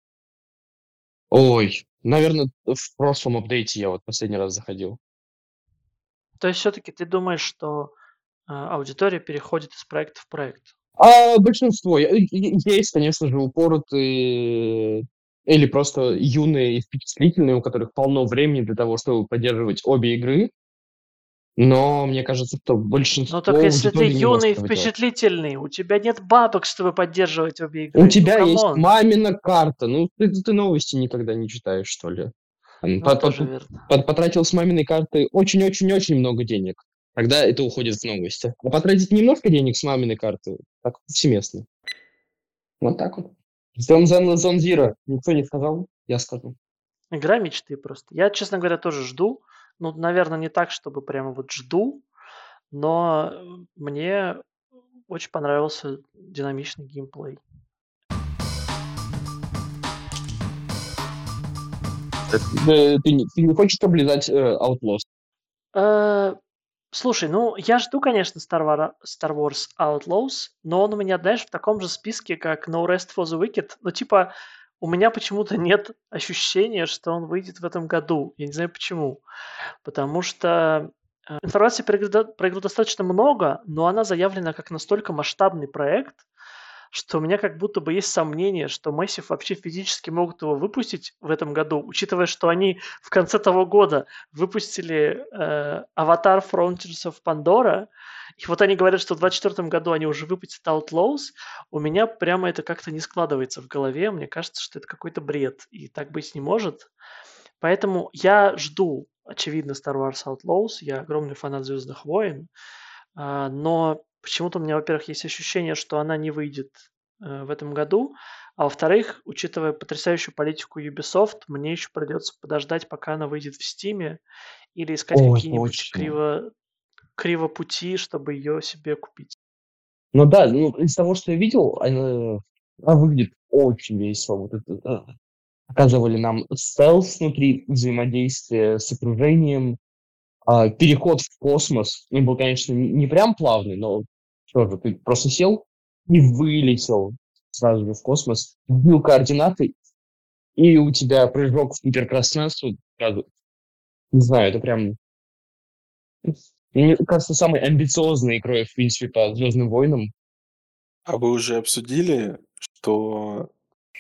Ой, наверное, в прошлом апдейте я вот последний раз заходил. То есть все-таки ты думаешь, что а, аудитория переходит из проекта в проект? А большинство, я- и- и- есть, конечно же, упоротые или просто юные и впечатлительные, у которых полно времени для того, чтобы поддерживать обе игры. Но мне кажется, что большинство Ну так если ты аудитории не может юный и этого делать. впечатлительный, у тебя нет бабок, чтобы поддерживать обе игры. У Ну тебя есть камон. мамина карта. Ну, ты, ты новости никогда не читаешь, что ли? Там, Ну по- по- тоже верно. по- Потратил с маминой карты очень-очень-очень много денег. Тогда это уходит в новости. А потратить немножко денег с маминой карты, так повсеместно. Вот так вот. Zone Zone Zone Zero. Никто не сказал, я скажу. Игра мечты просто. Я, честно говоря, тоже жду. Ну, наверное, не так, чтобы прямо вот жду, но э, мне очень понравился динамичный геймплей. Э, Ты, не- ты не хочешь облизать э, Outlaws? Э, Слушай, ну я жду, конечно, Star Wars, Star Wars Outlaws, но он у меня, знаешь, в таком же списке, как No Rest for the Wicked. Ну, типа, у меня почему-то нет ощущения, что он выйдет в этом году. Я не знаю почему. Потому что э, информации про игру, до- про игру достаточно много, но она заявлена как настолько масштабный проект, что у меня как будто бы есть сомнение, что Massive вообще физически могут его выпустить в этом году, учитывая, что они в конце того года выпустили э, Avatar Frontiers of Pandora, и вот они говорят, что в двадцать четвёртом году они уже выпустят Outlaws. У меня прямо это как-то не складывается в голове. Мне кажется, что это какой-то бред, и так быть не может. Поэтому я жду, очевидно, Star Wars Outlaws. Я огромный фанат «Звездных войн». А, но почему-то у меня, во-первых, есть ощущение, что она не выйдет э, в этом году. А во-вторых, учитывая потрясающую политику Ubisoft, мне еще придется подождать, пока она выйдет в Steam, или искать Ой, какие-нибудь точно. криво, кривопути, чтобы ее себе купить. Ну да, ну из того, что я видел, она, она выглядит очень весело. Вот это, э, показывали нам стелс внутри, взаимодействие с окружением, а, переход в космос. Он был, конечно, не не прям плавный, но что же, ты просто сел и вылетел сразу же в космос, вбил координаты, и у тебя прыжок в гиперпространство сразу. Не знаю, это прям, мне кажется, самой амбициозной игрой, в принципе, по «Звездным войнам». А вы уже обсудили, что...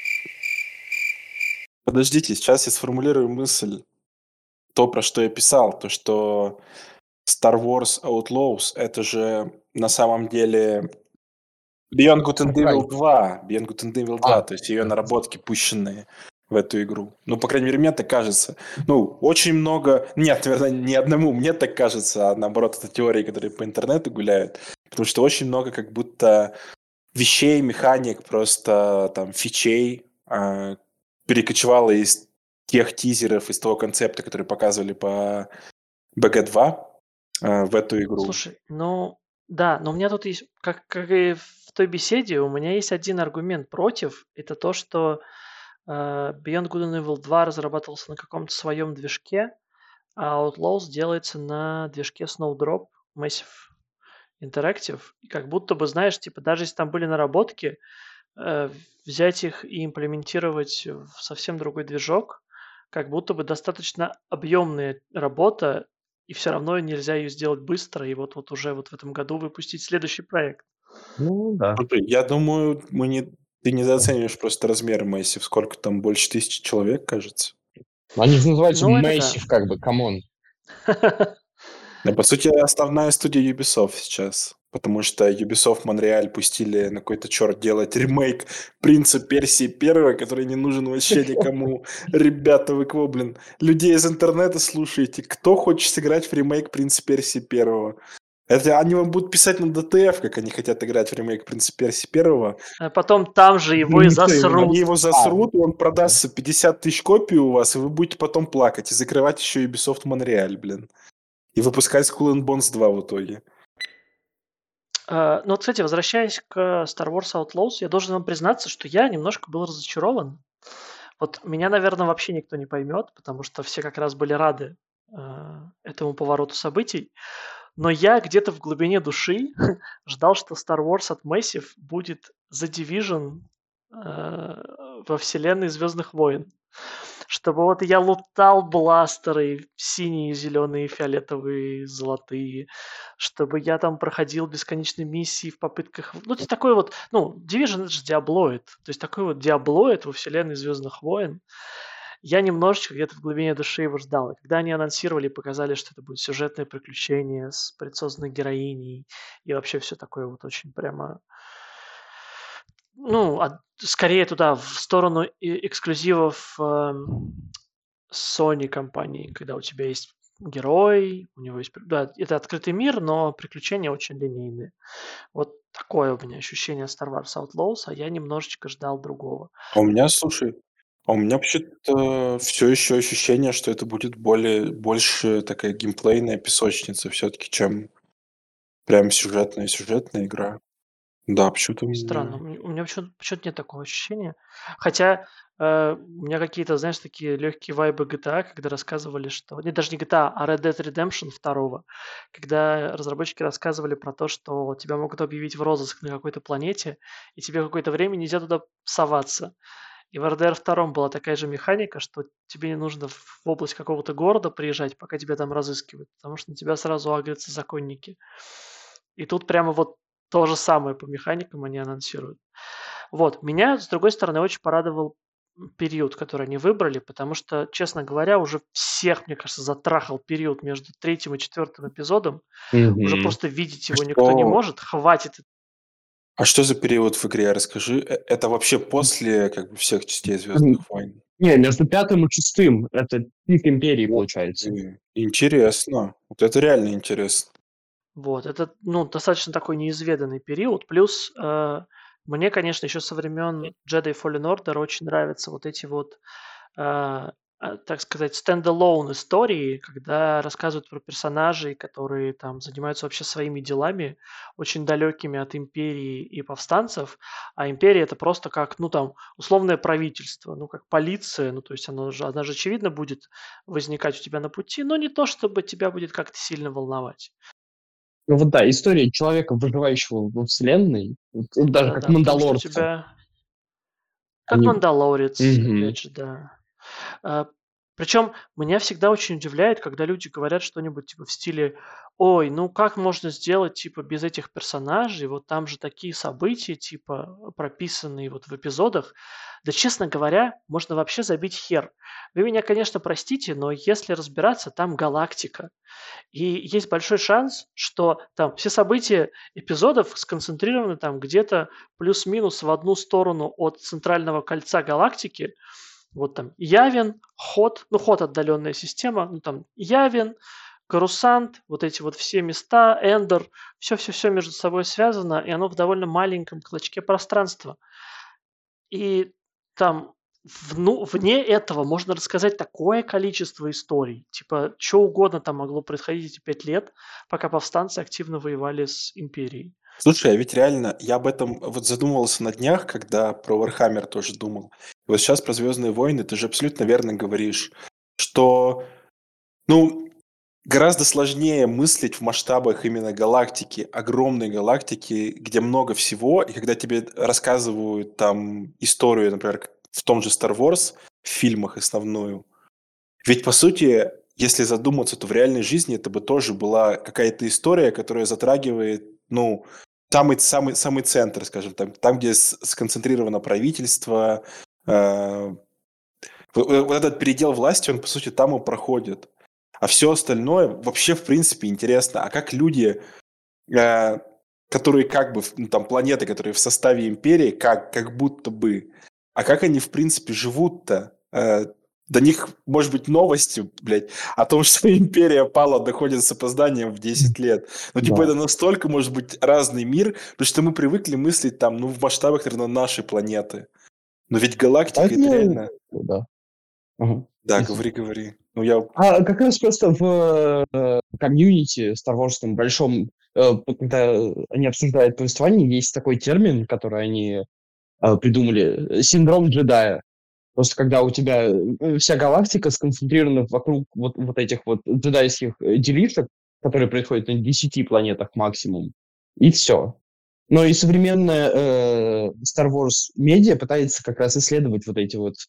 Подождите, сейчас я сформулирую мысль. То, про что я писал, то, что Star Wars Outlaws — это же на самом деле Beyond Good and Far Cry. Evil два. Beyond Good and Evil два, А, то есть ее да. наработки пущенные в эту игру. Ну, по крайней мере, мне так кажется. Ну, очень много... Нет, наверное, ни одному мне так кажется, а наоборот, это теории, которые по интернету гуляют. Потому что очень много как будто вещей, механик, просто там фичей а, перекочевало из тех тизеров, из того концепта, который показывали по би джи два а, в эту игру. Слушай, ну да, но у меня тут есть, как, как и в той беседе, у меня есть один аргумент против. Это то, что э, Beyond Good and Evil два разрабатывался на каком-то своем движке, а Outlaws делается на движке Snowdrop Massive Interactive. И как будто бы, знаешь, типа даже если там были наработки, э, взять их и имплементировать в совсем другой движок, как будто бы достаточно объемная работа, и все равно нельзя ее сделать быстро, и вот, вот уже вот в этом году выпустить следующий проект. Ну, да. Слушай, я думаю, мы не... ты недооцениваешь просто размер Massive. Сколько там? Больше тысячи человек, кажется. Они же называются Ну, это да. Massive, как бы, камон. Да, по сути, основная студия Ubisoft сейчас. Потому что Ubisoft Монреаль пустили на какой-то черт делать ремейк Принца Персии первого, который не нужен вообще никому. Ребята, вы кого, блин, людей из интернета слушаете? Кто хочет сыграть в ремейк Принца Персии первого? Это они вам будут писать на ди ти эф, как они хотят играть в ремейк Принца Персии первого. А потом там же его и Никто его не- засрут. Они его засрут, и он продастся пятьдесят тысяч копий у вас, и вы будете потом плакать и закрывать еще Ubisoft Монреаль, блин. И выпускать Skull and Bones два в итоге. А, Ну, вот, кстати, возвращаясь к Star Wars Outlaws, я должен вам признаться, что я немножко был разочарован. Вот меня, наверное, вообще никто не поймет, потому что все как раз были рады а, этому повороту событий. Но я где-то в глубине души ждал, что Star Wars от Massive будет The Division а, во вселенной Звездных войн. Чтобы вот я лутал бластеры синие, зеленые, фиолетовые, золотые, чтобы я там проходил бесконечные миссии в попытках... Ну, это такой вот... Ну, Division — это же диаблоид. То есть такой вот диаблоид во вселенной Звездных войн. Я немножечко где-то в глубине души его ждал. И когда они анонсировали и показали, что это будет сюжетное приключение с предсозданной героиней и вообще все такое вот очень прямо... Ну, а скорее туда, в сторону и- эксклюзивов эм, Sony компании, когда у тебя есть герой, у него есть... при- Да, это открытый мир, но приключения очень линейные. Вот такое у меня ощущение Star Wars Outlaws, а я немножечко ждал другого. А у меня, слушай, а у меня вообще-то все еще ощущение, что это будет более, больше такая геймплейная песочница все-таки, чем прям сюжетная сюжетная игра. Да, почему-то у Странно, меня... у меня, у меня почему-то, почему-то нет такого ощущения. Хотя э, у меня какие-то, знаешь, такие легкие вайбы джи ти эй, когда рассказывали, что... Нет, даже не джи ти эй, а Red Dead Redemption два, когда разработчики рассказывали про то, что тебя могут объявить в розыск на какой-то планете, и тебе какое-то время нельзя туда соваться. И в эр ди ар два была такая же механика, что тебе не нужно в область какого-то города приезжать, пока тебя там разыскивают, потому что на тебя сразу агрятся законники. И тут прямо вот то же самое по механикам они анонсируют. Вот, меня, с другой стороны, очень порадовал период, который они выбрали, потому что, честно говоря, уже всех, мне кажется, затрахал период между третьим и четвертым эпизодом. Уже Мгм. просто видеть его Что? никто не может. Хватит. А что за период в игре? Расскажи. Э, Это вообще после как бы всех частей Звездных войн? Не, между пятым и шестым это пик империи Вот получается. ты. Интересно. Вот это реально интересно. Вот, это, ну, достаточно такой неизведанный период. Плюс э, мне, конечно, еще со времен Jedi Fallen Order очень нравятся вот эти вот, э, а, так сказать, стендалоун истории, когда рассказывают про персонажей, которые там занимаются вообще своими делами, очень далекими от империи и повстанцев. А империя — это просто как, ну, там, условное правительство, ну, как полиция, ну, то есть оно же, она же, очевидно, будет возникать у тебя на пути, но не то, чтобы тебя будет как-то сильно волновать. Ну вот да, история человека, выживающего во вселенной, вот даже как Да-да-да, потому что у мандалорца. тебя как Они... Мандалорец, Мгм. опять же, да. А, Причем меня всегда очень удивляет, когда люди говорят что-нибудь типа в стиле: "Ой, ну как можно сделать типа без этих персонажей? Вот там же такие события типа прописанные вот в эпизодах". Да, честно говоря, можно вообще забить хер. Вы меня, конечно, простите, но если разбираться, там галактика. И есть большой шанс, что там все события эпизодов сконцентрированы там где-то плюс-минус в одну сторону от центрального кольца галактики. Вот там Явин, Ход, ну Ход отдаленная система, ну там Явин, Корусант, вот эти вот все места, Эндор, все-все-все между собой связано, и оно в довольно маленьком клочке пространства. И там вну, вне этого можно рассказать такое количество историй. Типа, что угодно там могло происходить эти пять лет, пока повстанцы активно воевали с Империей. Слушай, а ведь реально, я об этом вот задумывался на днях, когда про Warhammer тоже думал. И вот сейчас про Звездные войны ты же абсолютно верно говоришь, что, ну, гораздо сложнее мыслить в масштабах именно галактики, огромной галактики, где много всего, и когда тебе рассказывают там историю, например, в том же Star Wars, в фильмах основную. Ведь, по сути, если задуматься, то в реальной жизни это бы тоже была какая-то история, которая затрагивает, ну, самый, самый, самый центр, скажем так, там, где с- сконцентрировано правительство, э, вот вот этот передел власти, он, по сути, там и проходит. А все остальное вообще, в принципе, интересно. А как люди, э, которые как бы, в- ну, там, планеты, которые в составе империи, как, как будто бы, а как они, в принципе, живут-то? Э, До них, может быть, новости, блядь, о том, что империя пала, доходит с опозданием в десять лет. Ну, типа, Да. это настолько, может быть, разный мир, потому что мы привыкли мыслить там, ну, в масштабах, наверное, нашей планеты. Но ведь галактика, это Поэтому, реально... да. Ага. Да, Если- говори, говори. Ну, я... А как раз просто в э, комьюнити Star Wars большом, э, когда они обсуждают повествование, есть такой термин, который они э, придумали, э, синдром джедая. Просто когда у тебя э, вся галактика сконцентрирована вокруг вот, вот этих вот джедайских э, делишек, которые происходят на десяти планетах максимум, и все. Но и современная э, Star Wars медиа пытается как раз исследовать вот эти вот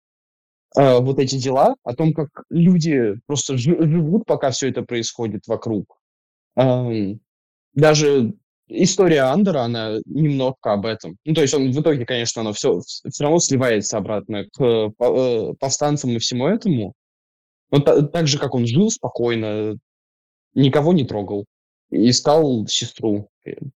э, вот эти дела, о том, как люди просто жи- живут, пока все это происходит вокруг. Ам, Даже история Андера, она немножко об этом. Ну, то есть он в итоге, конечно, оно все, все равно сливается обратно к э, по- э, повстанцам и всему этому. Но та- так же, как он жил спокойно, никого не трогал. Искал сестру.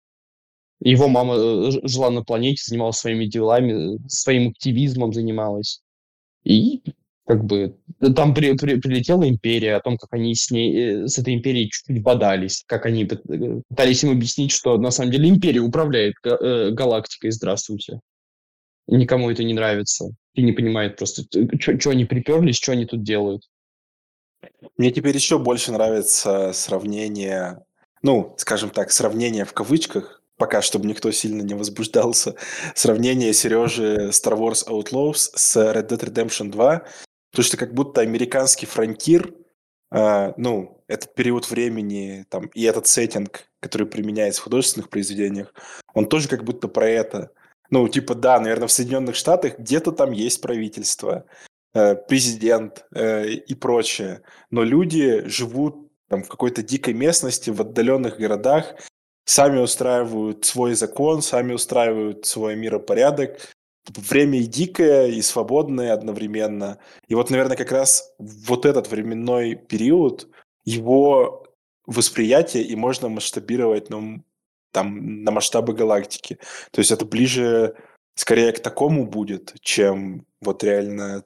Его мама э, ж- жила на планете, занималась своими делами, э, своим активизмом занималась. И как бы э, там при- при- прилетела империя, о том, как они с ней, э, с этой империей чуть-чуть бодались, как они пыт- э, пытались им объяснить, что на самом деле империя управляет га- э, галактикой, здравствуйте. И никому это не нравится. И не понимает просто, что они приперлись, что они тут делают. Мне теперь еще больше нравится сравнение, ну, скажем так, сравнение в кавычках, пока чтобы никто сильно не возбуждался, сравнение Сережи Star Wars Outlaws с Red Dead Redemption два, потому что как будто американский фронтир, э, ну, этот период времени там, и этот сеттинг, который применяется в художественных произведениях, он тоже как будто про это. Ну, типа, да, наверное, в Соединенных Штатах где-то там есть правительство, э, президент э, и прочее, но люди живут там в какой-то дикой местности, в отдаленных городах, сами устраивают свой закон, сами устраивают свой миропорядок. Время и дикое, и свободное одновременно. И вот, наверное, как раз вот этот временной период, его восприятие и можно масштабировать ну, там, на масштабы галактики. То есть это ближе скорее к такому будет, чем вот реально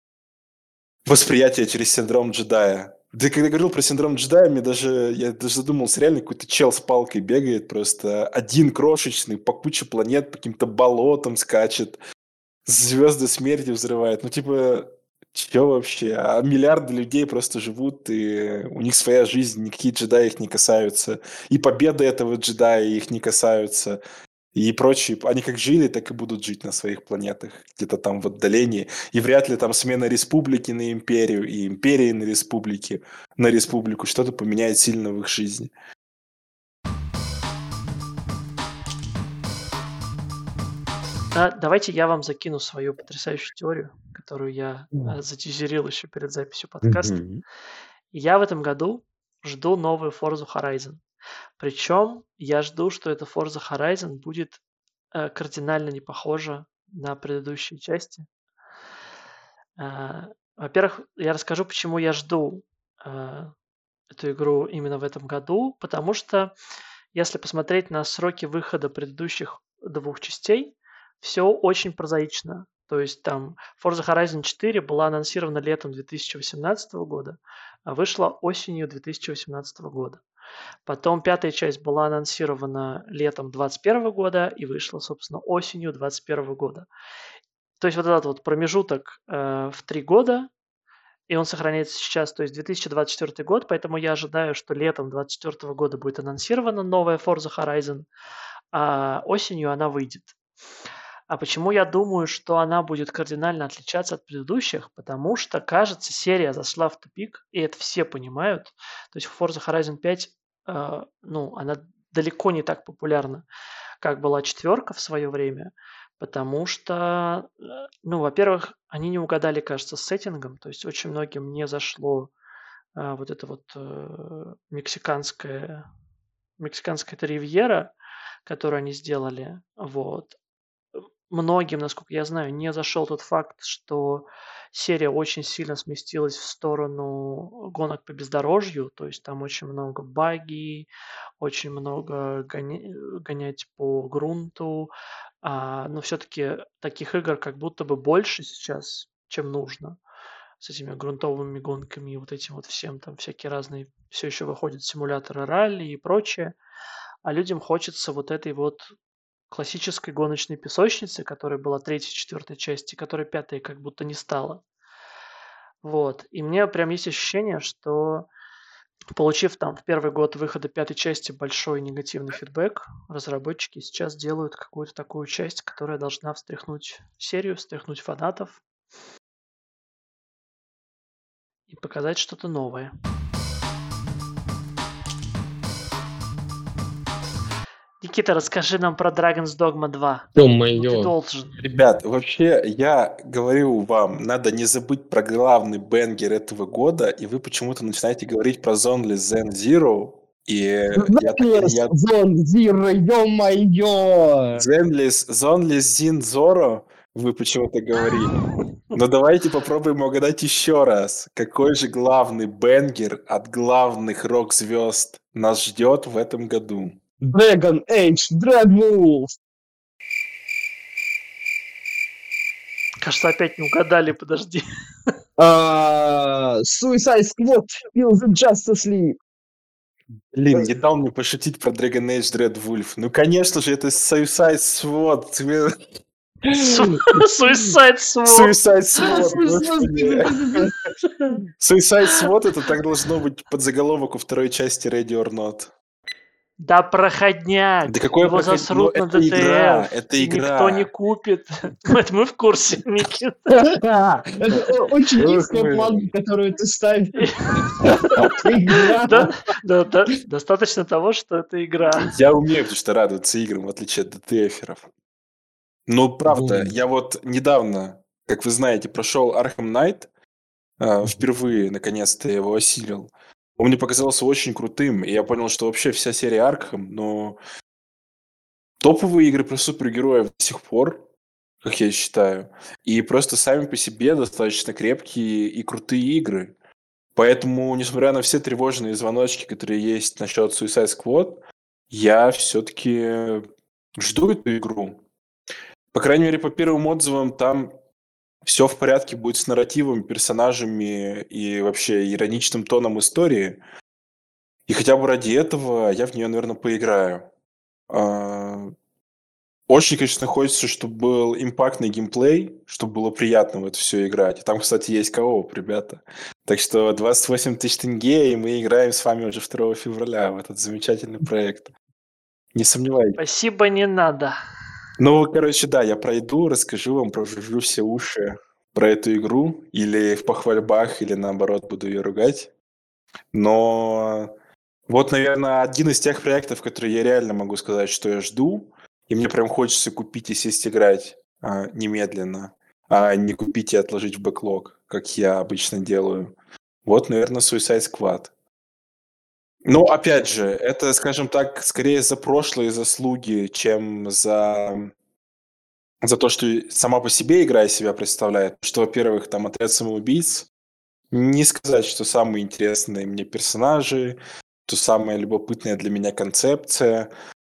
восприятие через синдром джедая. Ты когда говорил про синдром джедая, мне даже, я даже задумался, реально какой-то чел с палкой бегает, просто один крошечный, по куче планет, по каким-то болотам скачет, звезды смерти взрывает. Ну, типа, чё вообще? А миллиарды людей просто живут, и у них своя жизнь, никакие джедаи их не касаются. И победы этого джедая их не касаются. И прочие, они как жили, так и будут жить на своих планетах, где-то там в отдалении. И вряд ли там смена республики на империю и империи на республики, на республику что-то поменяет сильно в их жизни. А, давайте я вам закину свою потрясающую теорию, которую я а, затизерил еще перед записью подкаста. Мгм. Я в этом году жду новую Forza Horizon. Причем я жду, что эта Forza Horizon будет э, кардинально не похожа на предыдущие части. А, Во-первых, я расскажу, почему я жду а, эту игру именно в этом году, потому что если посмотреть на сроки выхода предыдущих двух частей, все очень прозаично. То есть там Forza Horizon четыре была анонсирована летом две тысячи восемнадцатого года, а вышла осенью две тысячи восемнадцатого года. Потом пятая часть была анонсирована летом двадцать первого года и вышла, собственно, осенью двадцать первого года. То есть вот этот вот промежуток э, в три года, и он сохраняется сейчас, то есть две тысячи двадцать четвёртый год, поэтому я ожидаю, что летом двадцать четвёртого года будет анонсирована новая Forza Horizon, а осенью она выйдет. А почему я думаю, что она будет кардинально отличаться от предыдущих? Потому что, кажется, серия зашла в тупик, и это все понимают. То есть Forza Horizon пять, э, ну, она далеко не так популярна, как была четверка в свое время, потому что, э, ну, во-первых, они не угадали, кажется, с сеттингом, то есть очень многим не зашло э, вот это вот э, мексиканская, мексиканская эта ривьера, которую они сделали, вот. Многим, насколько я знаю, не зашел тот факт, что серия очень сильно сместилась в сторону гонок по бездорожью, то есть там очень много баги, очень много гоня- гонять по грунту, а, но все-таки таких игр как будто бы больше сейчас, чем нужно, с этими грунтовыми гонками и вот этим вот всем, там всякие разные, все еще выходят симуляторы ралли и прочее, а людям хочется вот этой вот классической гоночной песочницы, которая была третьей, четвертой части, которой пятой как будто не стало. Вот. И мне прям есть ощущение, что получив там в первый год выхода пятой части большой негативный фидбэк, разработчики сейчас делают какую-то такую часть, которая должна встряхнуть серию, встряхнуть фанатов и показать что-то новое. Никита, расскажи нам про Dragon's Dogma два. Ну, ты Ё-моё. должен. Ребят, вообще, я говорю вам, надо не забыть про главный бенгер этого года, и вы почему-то начинаете говорить про Zonely Zen Zero, и я так и я... Зон Зиро, ё-моё! Zenless, Zonly Zin Zoro, вы почему-то говорили. Но давайте попробуем угадать еще раз. Какой же главный бенгер от главных рок-звезд нас ждет в этом году? Dragon Age Dreadwolf! Кажется, опять не угадали, подожди. А, Suicide Squad Kill the Justice League. Блин, не дал мне пошутить про Dragon Age Dreadwolf. Ну, конечно же, это Suicide Squad. Suicide Sword. Suicide Squad, господи. Suicide Squad, это так должно быть подзаголовок у второй части Ready or Not. Да проходняк. Да какой Его проход- засрут ну, на это игра, ди ти эф. это и игра. Никто не купит. Это мы в курсе, Никита. Это очень Ох низкая вы. планка, которую ты ставишь. Да, да, да, достаточно того, что это игра. Я умею, потому что радоваться играм, в отличие от ди ти эферов. Ну, правда, Ну. я вот недавно, как вы знаете, прошел Arkham Knight. э, Впервые, наконец-то, я его осилил. Он мне показался очень крутым, и я понял, что вообще вся серия Arkham, но топовые игры про супергероев до сих пор, как я считаю, и просто сами по себе достаточно крепкие и крутые игры. Поэтому, несмотря на все тревожные звоночки, которые есть насчет Suicide Squad, я все-таки жду эту игру. По крайней мере, по первым отзывам, там все в порядке будет с нарративом, персонажами и вообще ироничным тоном истории. И хотя бы ради этого я в нее, наверное, поиграю. А, Очень, конечно, хочется, чтобы был импактный геймплей, чтобы было приятно в это все играть. И там, кстати, есть кооп, ребята. Так что двадцать восемь тысяч тенге, и мы играем с вами уже второго февраля в этот замечательный проект. Не сомневайтесь. Спасибо, не надо. Ну, короче, да, я пройду, расскажу вам, прожужжу все уши про эту игру, или в похвальбах, или наоборот буду ее ругать. Но вот, наверное, один из тех проектов, которые я реально могу сказать, что я жду, и мне прям хочется купить и сесть играть, а, немедленно, а не купить и отложить в бэклог, как я обычно делаю. Вот, наверное, Suicide Squad. Но опять же, это, скажем так, скорее за прошлые заслуги, чем за за то, что и сама по себе игра из себя представляет. Что, во-первых, там «Отряд самоубийц» не сказать, что самые интересные мне персонажи, то самая любопытная для меня концепция.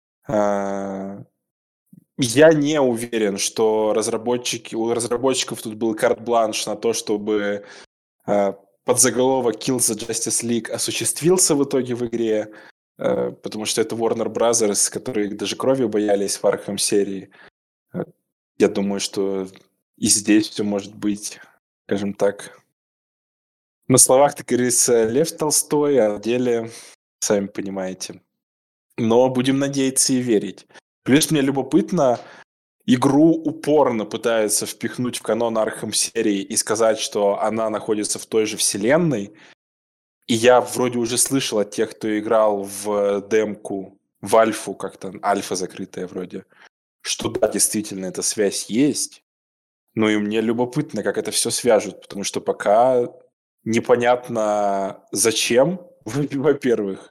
А, Я не уверен, что разработчики, у разработчиков тут был карт-бланш на то, чтобы а, подзаголовок Kill the Justice League осуществился в итоге в игре, а, потому что это Warner Brothers, которые даже крови боялись в Arkham серии. А, Я думаю, что и здесь все может быть, скажем так. На словах, так говорится, Лев Толстой, а в деле, сами понимаете. Но будем надеяться и верить. Плюс мне любопытно, игру упорно пытаются впихнуть в канон Архам серии и сказать, что она находится в той же вселенной. И я вроде уже слышал от тех, кто играл в демку, в альфу, как-то, альфа закрытая вроде, что да, действительно, эта связь есть. Ну и мне любопытно, как это все свяжут, потому что пока непонятно зачем, во-первых,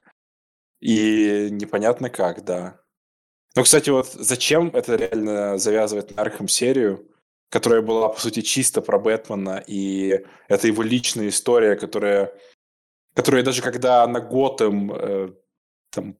и непонятно как, да. Ну, кстати, вот зачем это реально завязывать на Архам серию, которая была, по сути, чисто про Бэтмена, и это его личная история, которая, которая даже когда на Готэм, э, там,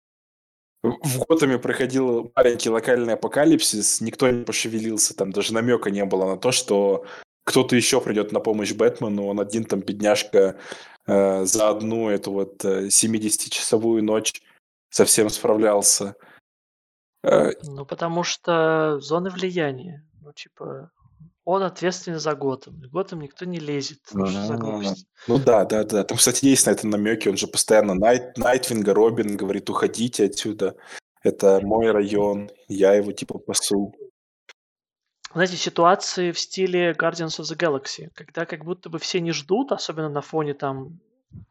в Готэме проходил маленький локальный апокалипсис, никто не пошевелился, там даже намека не было на то, что кто-то еще придет на помощь Бэтмену, он один там, бедняжка, э, за одну эту вот э, семидесятичасовую ночь совсем справлялся. Э, Ну, потому что зоны влияния. Ну, типа, он ответственен за Готэм. И Готэм никто не лезет. Ну, что за глупость? Ну да, да, да. Там, кстати, есть на это намеки. Он же постоянно Найт, Найтвинга, Робин говорит, уходите отсюда. Это мой район, я его типа пасу. Знаете, ситуации в стиле Guardians of the Galaxy, когда как будто бы все не ждут, особенно на фоне там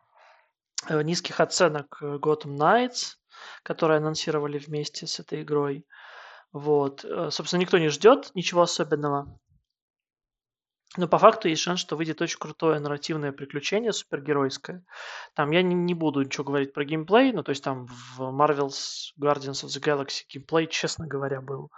э, низких оценок э, Gotham Knights, которые анонсировали вместе с этой игрой. Вот. Э, Собственно, никто не ждет ничего особенного. Но по факту есть шанс, что выйдет очень крутое нарративное приключение супергеройское. Там я не, не буду ничего говорить про геймплей, ну то есть там в Marvel's Guardians of the Galaxy геймплей, честно говоря, был.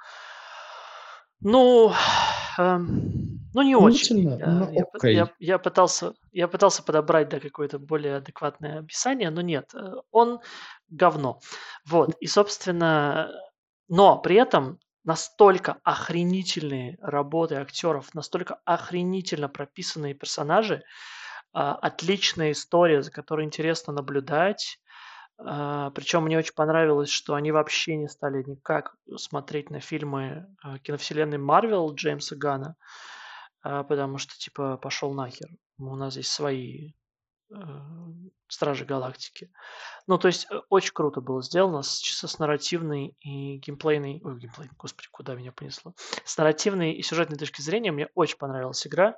Ну, эм, ну не очень. Сомнительно, Я, но я, пы- я, окей. я пытался, я пытался подобрать да, какое-то более адекватное описание, но нет, э, он говно. Вот, и собственно, но при этом настолько охренительные работы актеров, настолько охренительно прописанные персонажи, а, отличная история, за которой интересно наблюдать. А, Причем мне очень понравилось, что они вообще не стали никак смотреть на фильмы а, киновселенной Марвел Джеймса Ганна, а, потому что, типа, пошел нахер. У нас здесь свои э, Стражи Галактики. Ну, то есть э, очень круто было сделано, с, чисто с нарративной и геймплейной... Ой, геймплей, господи, куда меня понесло. С нарративной и сюжетной точки зрения мне очень понравилась игра.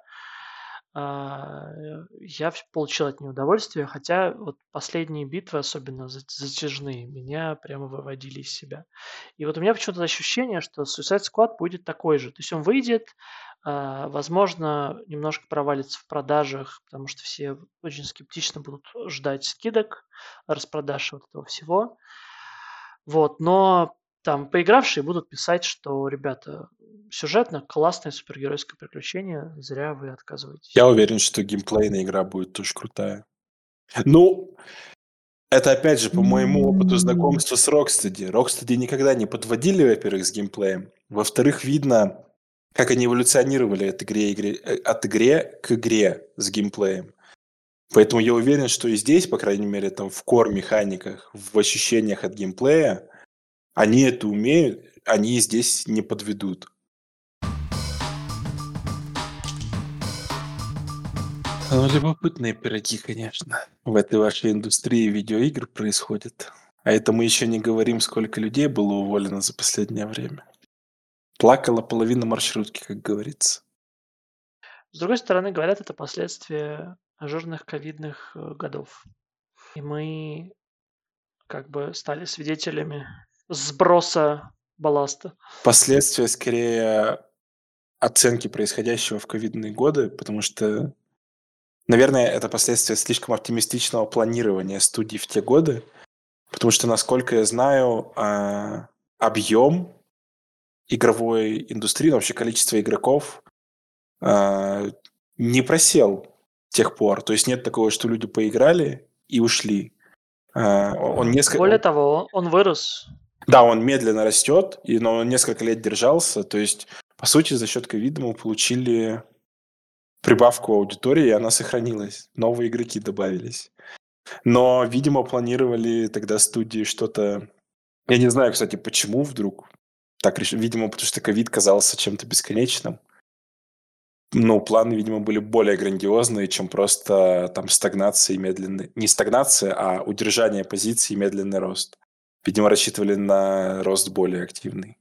А, э, Я вс- получил от нее удовольствие, хотя вот последние битвы, особенно за- затяжные, меня прямо выводили из себя. И вот у меня почему-то ощущение, что Suicide Squad будет такой же. То есть он выйдет, а, возможно, немножко провалится в продажах, потому что все очень скептично будут ждать скидок, распродаж вот этого всего. Вот, но там поигравшие будут писать, что, ребята, сюжетно классное супергеройское приключение, зря вы Я отказываетесь. уверен, что геймплейная игра будет тоже крутая. Ну, это опять же по моему опыту М, знакомства с Rocksteady. Rocksteady никогда не подводили, во-первых, с геймплеем. Во-вторых, видно, как они эволюционировали от, игре, игре, э, от игре к игре с геймплеем. Поэтому я уверен, что и здесь, по крайней мере, там в кор-механиках, в ощущениях от геймплея, они это умеют, они здесь не подведут. Ну, любопытные пироги, конечно, в этой вашей индустрии видеоигр происходят. А это мы еще не говорим, сколько людей было уволено за последнее время. Плакала половина маршрутки, как говорится. С другой стороны, говорят, это последствия жирных ковидных э, годов. И мы как бы стали свидетелями сброса балласта. Последствия скорее оценки происходящего в ковидные годы, потому что, наверное, это последствия слишком оптимистичного планирования студий в те годы, потому что, насколько я знаю, а, объем игровой индустрии, ну, вообще количество игроков а, не просел с тех пор. То есть нет такого, что люди поиграли и ушли. А, он несколько... Более того, он вырос. Да, он медленно растет, и, но он несколько лет держался. То есть, по сути, за счет ковида мы получили прибавку аудитории, и она сохранилась. Новые игроки добавились. Но, видимо, планировали тогда студии что-то... Я не знаю, кстати, почему вдруг так решили. Видимо, потому что ковид казался чем-то бесконечным. Но планы, видимо, были более грандиозные, чем просто там стагнация и медленный... Не стагнация, а удержание позиций и медленный рост. Видимо, рассчитывали на рост более активный.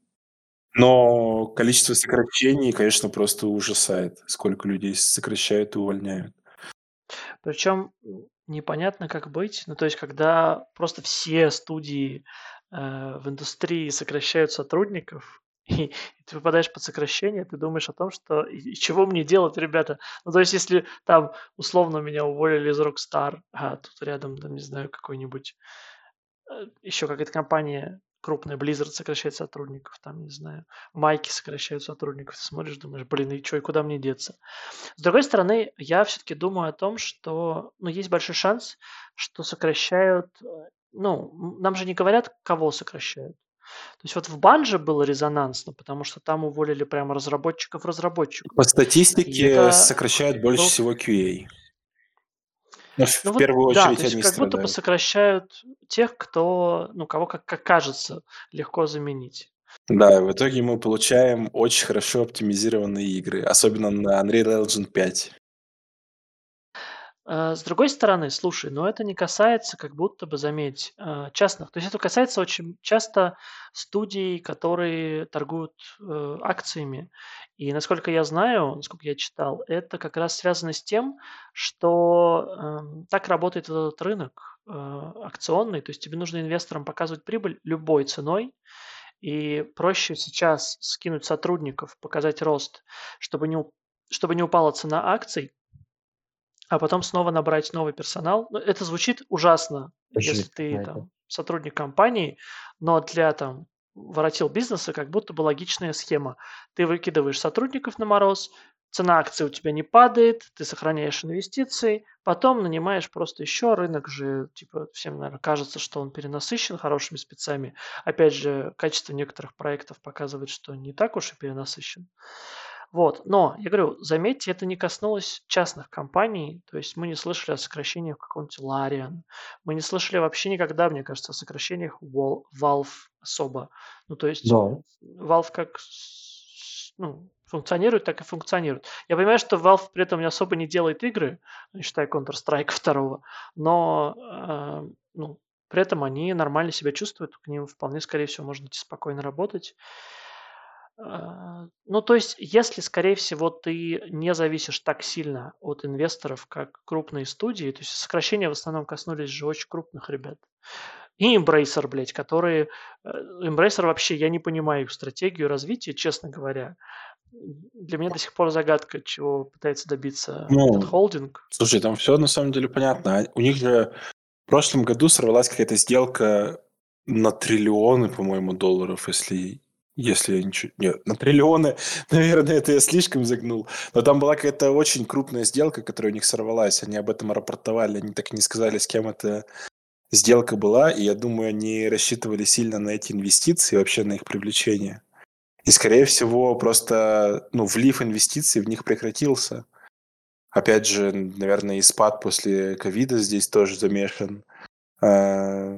Но количество сокращений, конечно, просто ужасает. Сколько людей сокращают и увольняют. Причем непонятно, как быть. Ну, то есть, когда просто все студии э, в индустрии сокращают сотрудников, и, и ты попадаешь под сокращение, ты думаешь о том, что и, и чего мне делать, ребята? Ну, то есть, если там условно меня уволили из Rockstar, а тут рядом, там, не знаю, какой-нибудь э, еще какая-то компания крупная, Blizzard сокращает сотрудников, там, не знаю, Майки сокращают сотрудников, ты смотришь, думаешь, блин, и что, и куда мне деться? С другой стороны, я все-таки думаю о том, что, ну, есть большой шанс, что сокращают, э, ну, м, нам же не говорят, кого сокращают. То есть вот в Банже было резонансно, потому что там уволили прямо разработчиков-разработчиков. По И статистике это сокращают больше был... всего кью эй. Но в Ну в вот, первую да, то очередь есть они как будто бы страдают. сокращают тех, кто, ну, кого, как, как кажется, легко заменить. Да, в итоге мы получаем очень хорошо оптимизированные игры, особенно на Unreal Engine пять. А, С другой стороны, слушай, но это не касается, как будто бы, заметь, а, частных. То есть это касается очень часто студий, которые торгуют э, акциями. И насколько я знаю, насколько я читал, это как раз связано с тем, что эм, так работает этот рынок э, акционный. То есть тебе нужно инвесторам показывать прибыль любой ценой. И проще сейчас скинуть сотрудников, показать рост, чтобы не, у- чтобы не упала цена акций, а потом снова набрать новый персонал. Ну, это звучит ужасно, если Жесть ты какая-то. там сотрудник компании, но для там воротил бизнеса как будто бы логичная схема. Ты выкидываешь сотрудников на мороз, цена акций у тебя не падает, ты сохраняешь инвестиции, потом нанимаешь просто еще, рынок же, типа, всем, наверное, кажется, что он перенасыщен хорошими спецами. Опять же, качество некоторых проектов показывает, что не так уж и перенасыщен. Вот. Но, я говорю, заметьте, это не коснулось частных компаний, то есть мы не слышали о сокращениях какого-нибудь Larian, мы не слышали вообще никогда, мне кажется, о сокращениях Wal- Valve особо. Ну, то есть Да. Valve как с- ну, функционирует, так и функционирует. Я понимаю, что Valve при этом не особо не делает игры, не считая Counter-Strike второго, но э, ну, при этом они нормально себя чувствуют, к ним вполне, скорее всего, можно идти спокойно работать. А, Ну, то есть, если, скорее всего, ты не зависишь так сильно от инвесторов, как крупные студии, то есть сокращения в основном коснулись же очень крупных ребят. И Embracer, блядь, которые... э, Embracer вообще, я не понимаю их стратегию развития, честно говоря. Для меня до сих пор загадка, чего пытается добиться этот Ну, холдинг. слушай, там все на самом деле понятно. А У них же в прошлом году сорвалась какая-то сделка на триллионы, по-моему, долларов, если, если я ничего... Нет, на триллионы, наверное, это я слишком загнул. Но там была какая-то очень крупная сделка, которая у них сорвалась. Они об этом рапортовали, они так и не сказали, с кем эта сделка была. И я думаю, они рассчитывали сильно на эти инвестиции, вообще на их привлечение. И, скорее всего, просто ну, влив инвестиций в них прекратился. Опять же, наверное, и спад после ковида здесь тоже замешан. А,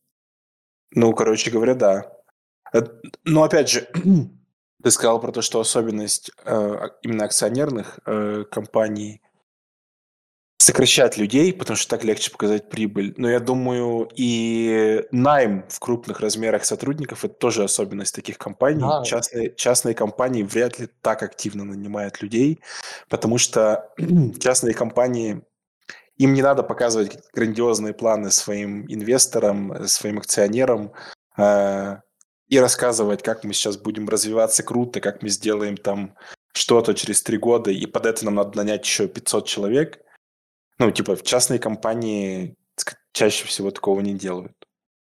Ну, короче говоря, да. Э, Но опять же, ты сказал про то, что особенность э, именно акционерных э, компаний сокращать людей, потому что так легче показать прибыль. Но я думаю, и найм в крупных размерах сотрудников – это тоже особенность таких компаний. Да, Частные, частные компании вряд ли так активно нанимают людей, потому что частные компании, им не надо показывать грандиозные планы своим инвесторам, э, своим акционерам э, и рассказывать, как мы сейчас будем развиваться круто, как мы сделаем там что-то через три года, и под это нам надо нанять еще пятьсот человек. Ну, типа, в частной компании чаще всего такого не делают.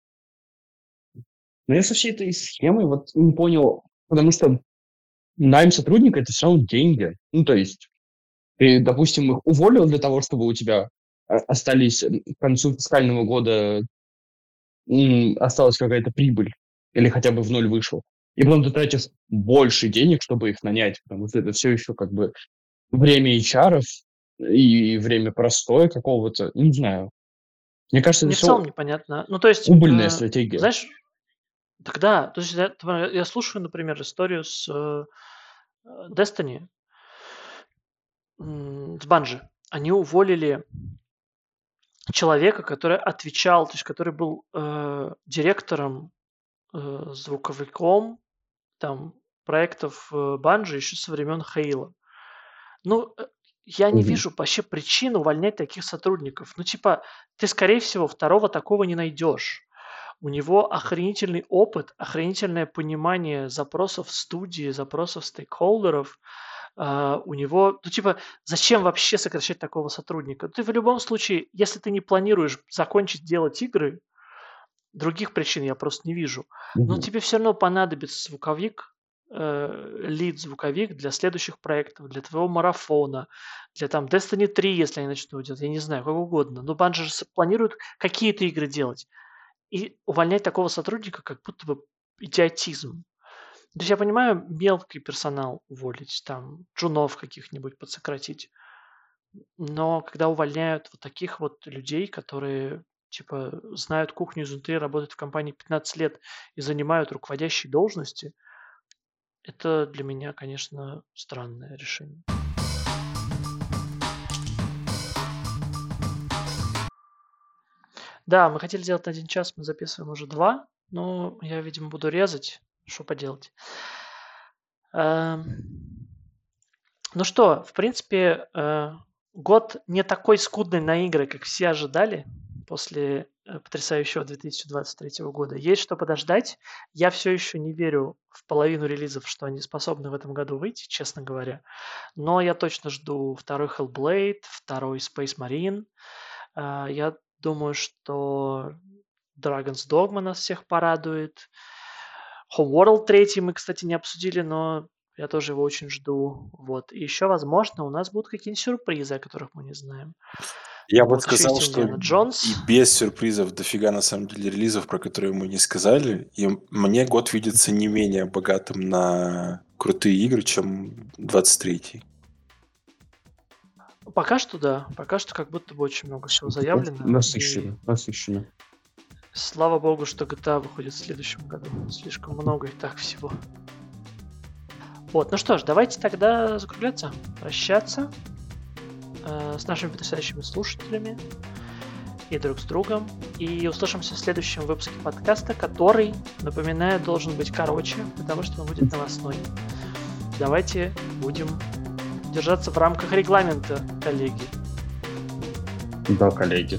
Но я со всей этой схемой вот не понял, потому что найм сотрудника – это все равно деньги. Ну, то есть ты, допустим, их уволил для того, чтобы у тебя а, остались м, к концу фискального года м, осталась какая-то прибыль или хотя бы в ноль вышел. И потом ты тратишь больше денег, чтобы их нанять, потому что это все еще как бы время эйч ар и время простое какого-то, не знаю. Мне кажется, это Мне в целом все непонятно. Ну, то есть, убыльная э, стратегия. знаешь, тогда, то есть я, я слушаю, например, историю с э, Destiny, м, с Bungie. Они уволили человека, который отвечал, то есть который был э, директором, э, звуковиком там проектов э, Bungie еще со времен Хейла. Ну, э, я не Мгм. вижу вообще причин увольнять таких сотрудников. Ну, типа, ты, скорее всего, второго такого не найдешь. У него охренительный опыт, охренительное понимание запросов студии, запросов стейкхолдеров. А, у него, ну, типа, зачем вообще сокращать такого сотрудника? Ты в любом случае, если ты не планируешь закончить делать игры, других причин я просто не вижу. Но Мгм. тебе все равно понадобится звуковик, э, лид-звуковик для следующих проектов, для твоего марафона, для там Destiny три, если они начнут делать, я не знаю, как угодно. Но Bungie же с- планирует какие-то игры делать. И увольнять такого сотрудника как будто бы идиотизм. То есть я понимаю, мелкий персонал уволить, там, джунов каких-нибудь подсократить. Но когда увольняют вот таких вот людей, которые, типа, знают кухню изнутри, работают в компании пятнадцать лет и занимают руководящие должности, это для меня, конечно, странное решение. Да, мы хотели сделать на один час, мы записываем уже два, но я, видимо, буду резать. Что поделать? Эм, Ну что, в принципе, э, год не такой скудный на игры, как все ожидали после э, потрясающего две тысячи двадцать третьего года. Есть что подождать. Я все еще не верю в половину релизов, что они способны в этом году выйти, честно говоря. Но я точно жду второй Hellblade, второй Space Marine. А, Я думаю, что Dragon's Dogma нас всех порадует. Homeworld третий мы, кстати, не обсудили, но я тоже его очень жду. Вот. И еще, возможно, у нас будут какие-нибудь сюрпризы, о которых мы не знаем. Я бы Вот, еще сказал, есть что Индиана Джонс. и без сюрпризов дофига, на самом деле, релизов, про которые мы не сказали. И мне год видится не менее богатым на крутые игры, чем двадцать третий. Пока что да. Пока что как будто бы очень много всего заявлено. Насыщенно, И насыщенно. слава богу, что джи ти эй выходит в следующем году. Слишком много и так всего. Вот, ну что ж, давайте тогда закругляться, прощаться э, с нашими потрясающими слушателями и друг с другом. И услышимся в следующем выпуске подкаста, который, напоминаю, должен быть короче, потому что он будет новостной. Давайте будем держаться в рамках регламента, коллеги. Да, коллеги.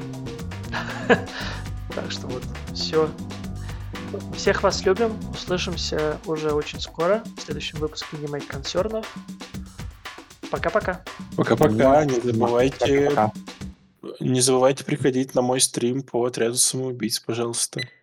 Так что вот, все. Всех вас любим. Услышимся уже очень скоро в следующем выпуске Не Make консернов. Пока-пока. Пока-пока. Не забывайте, Пока-пока. не забывайте приходить на мой стрим по отряду самоубийц, пожалуйста.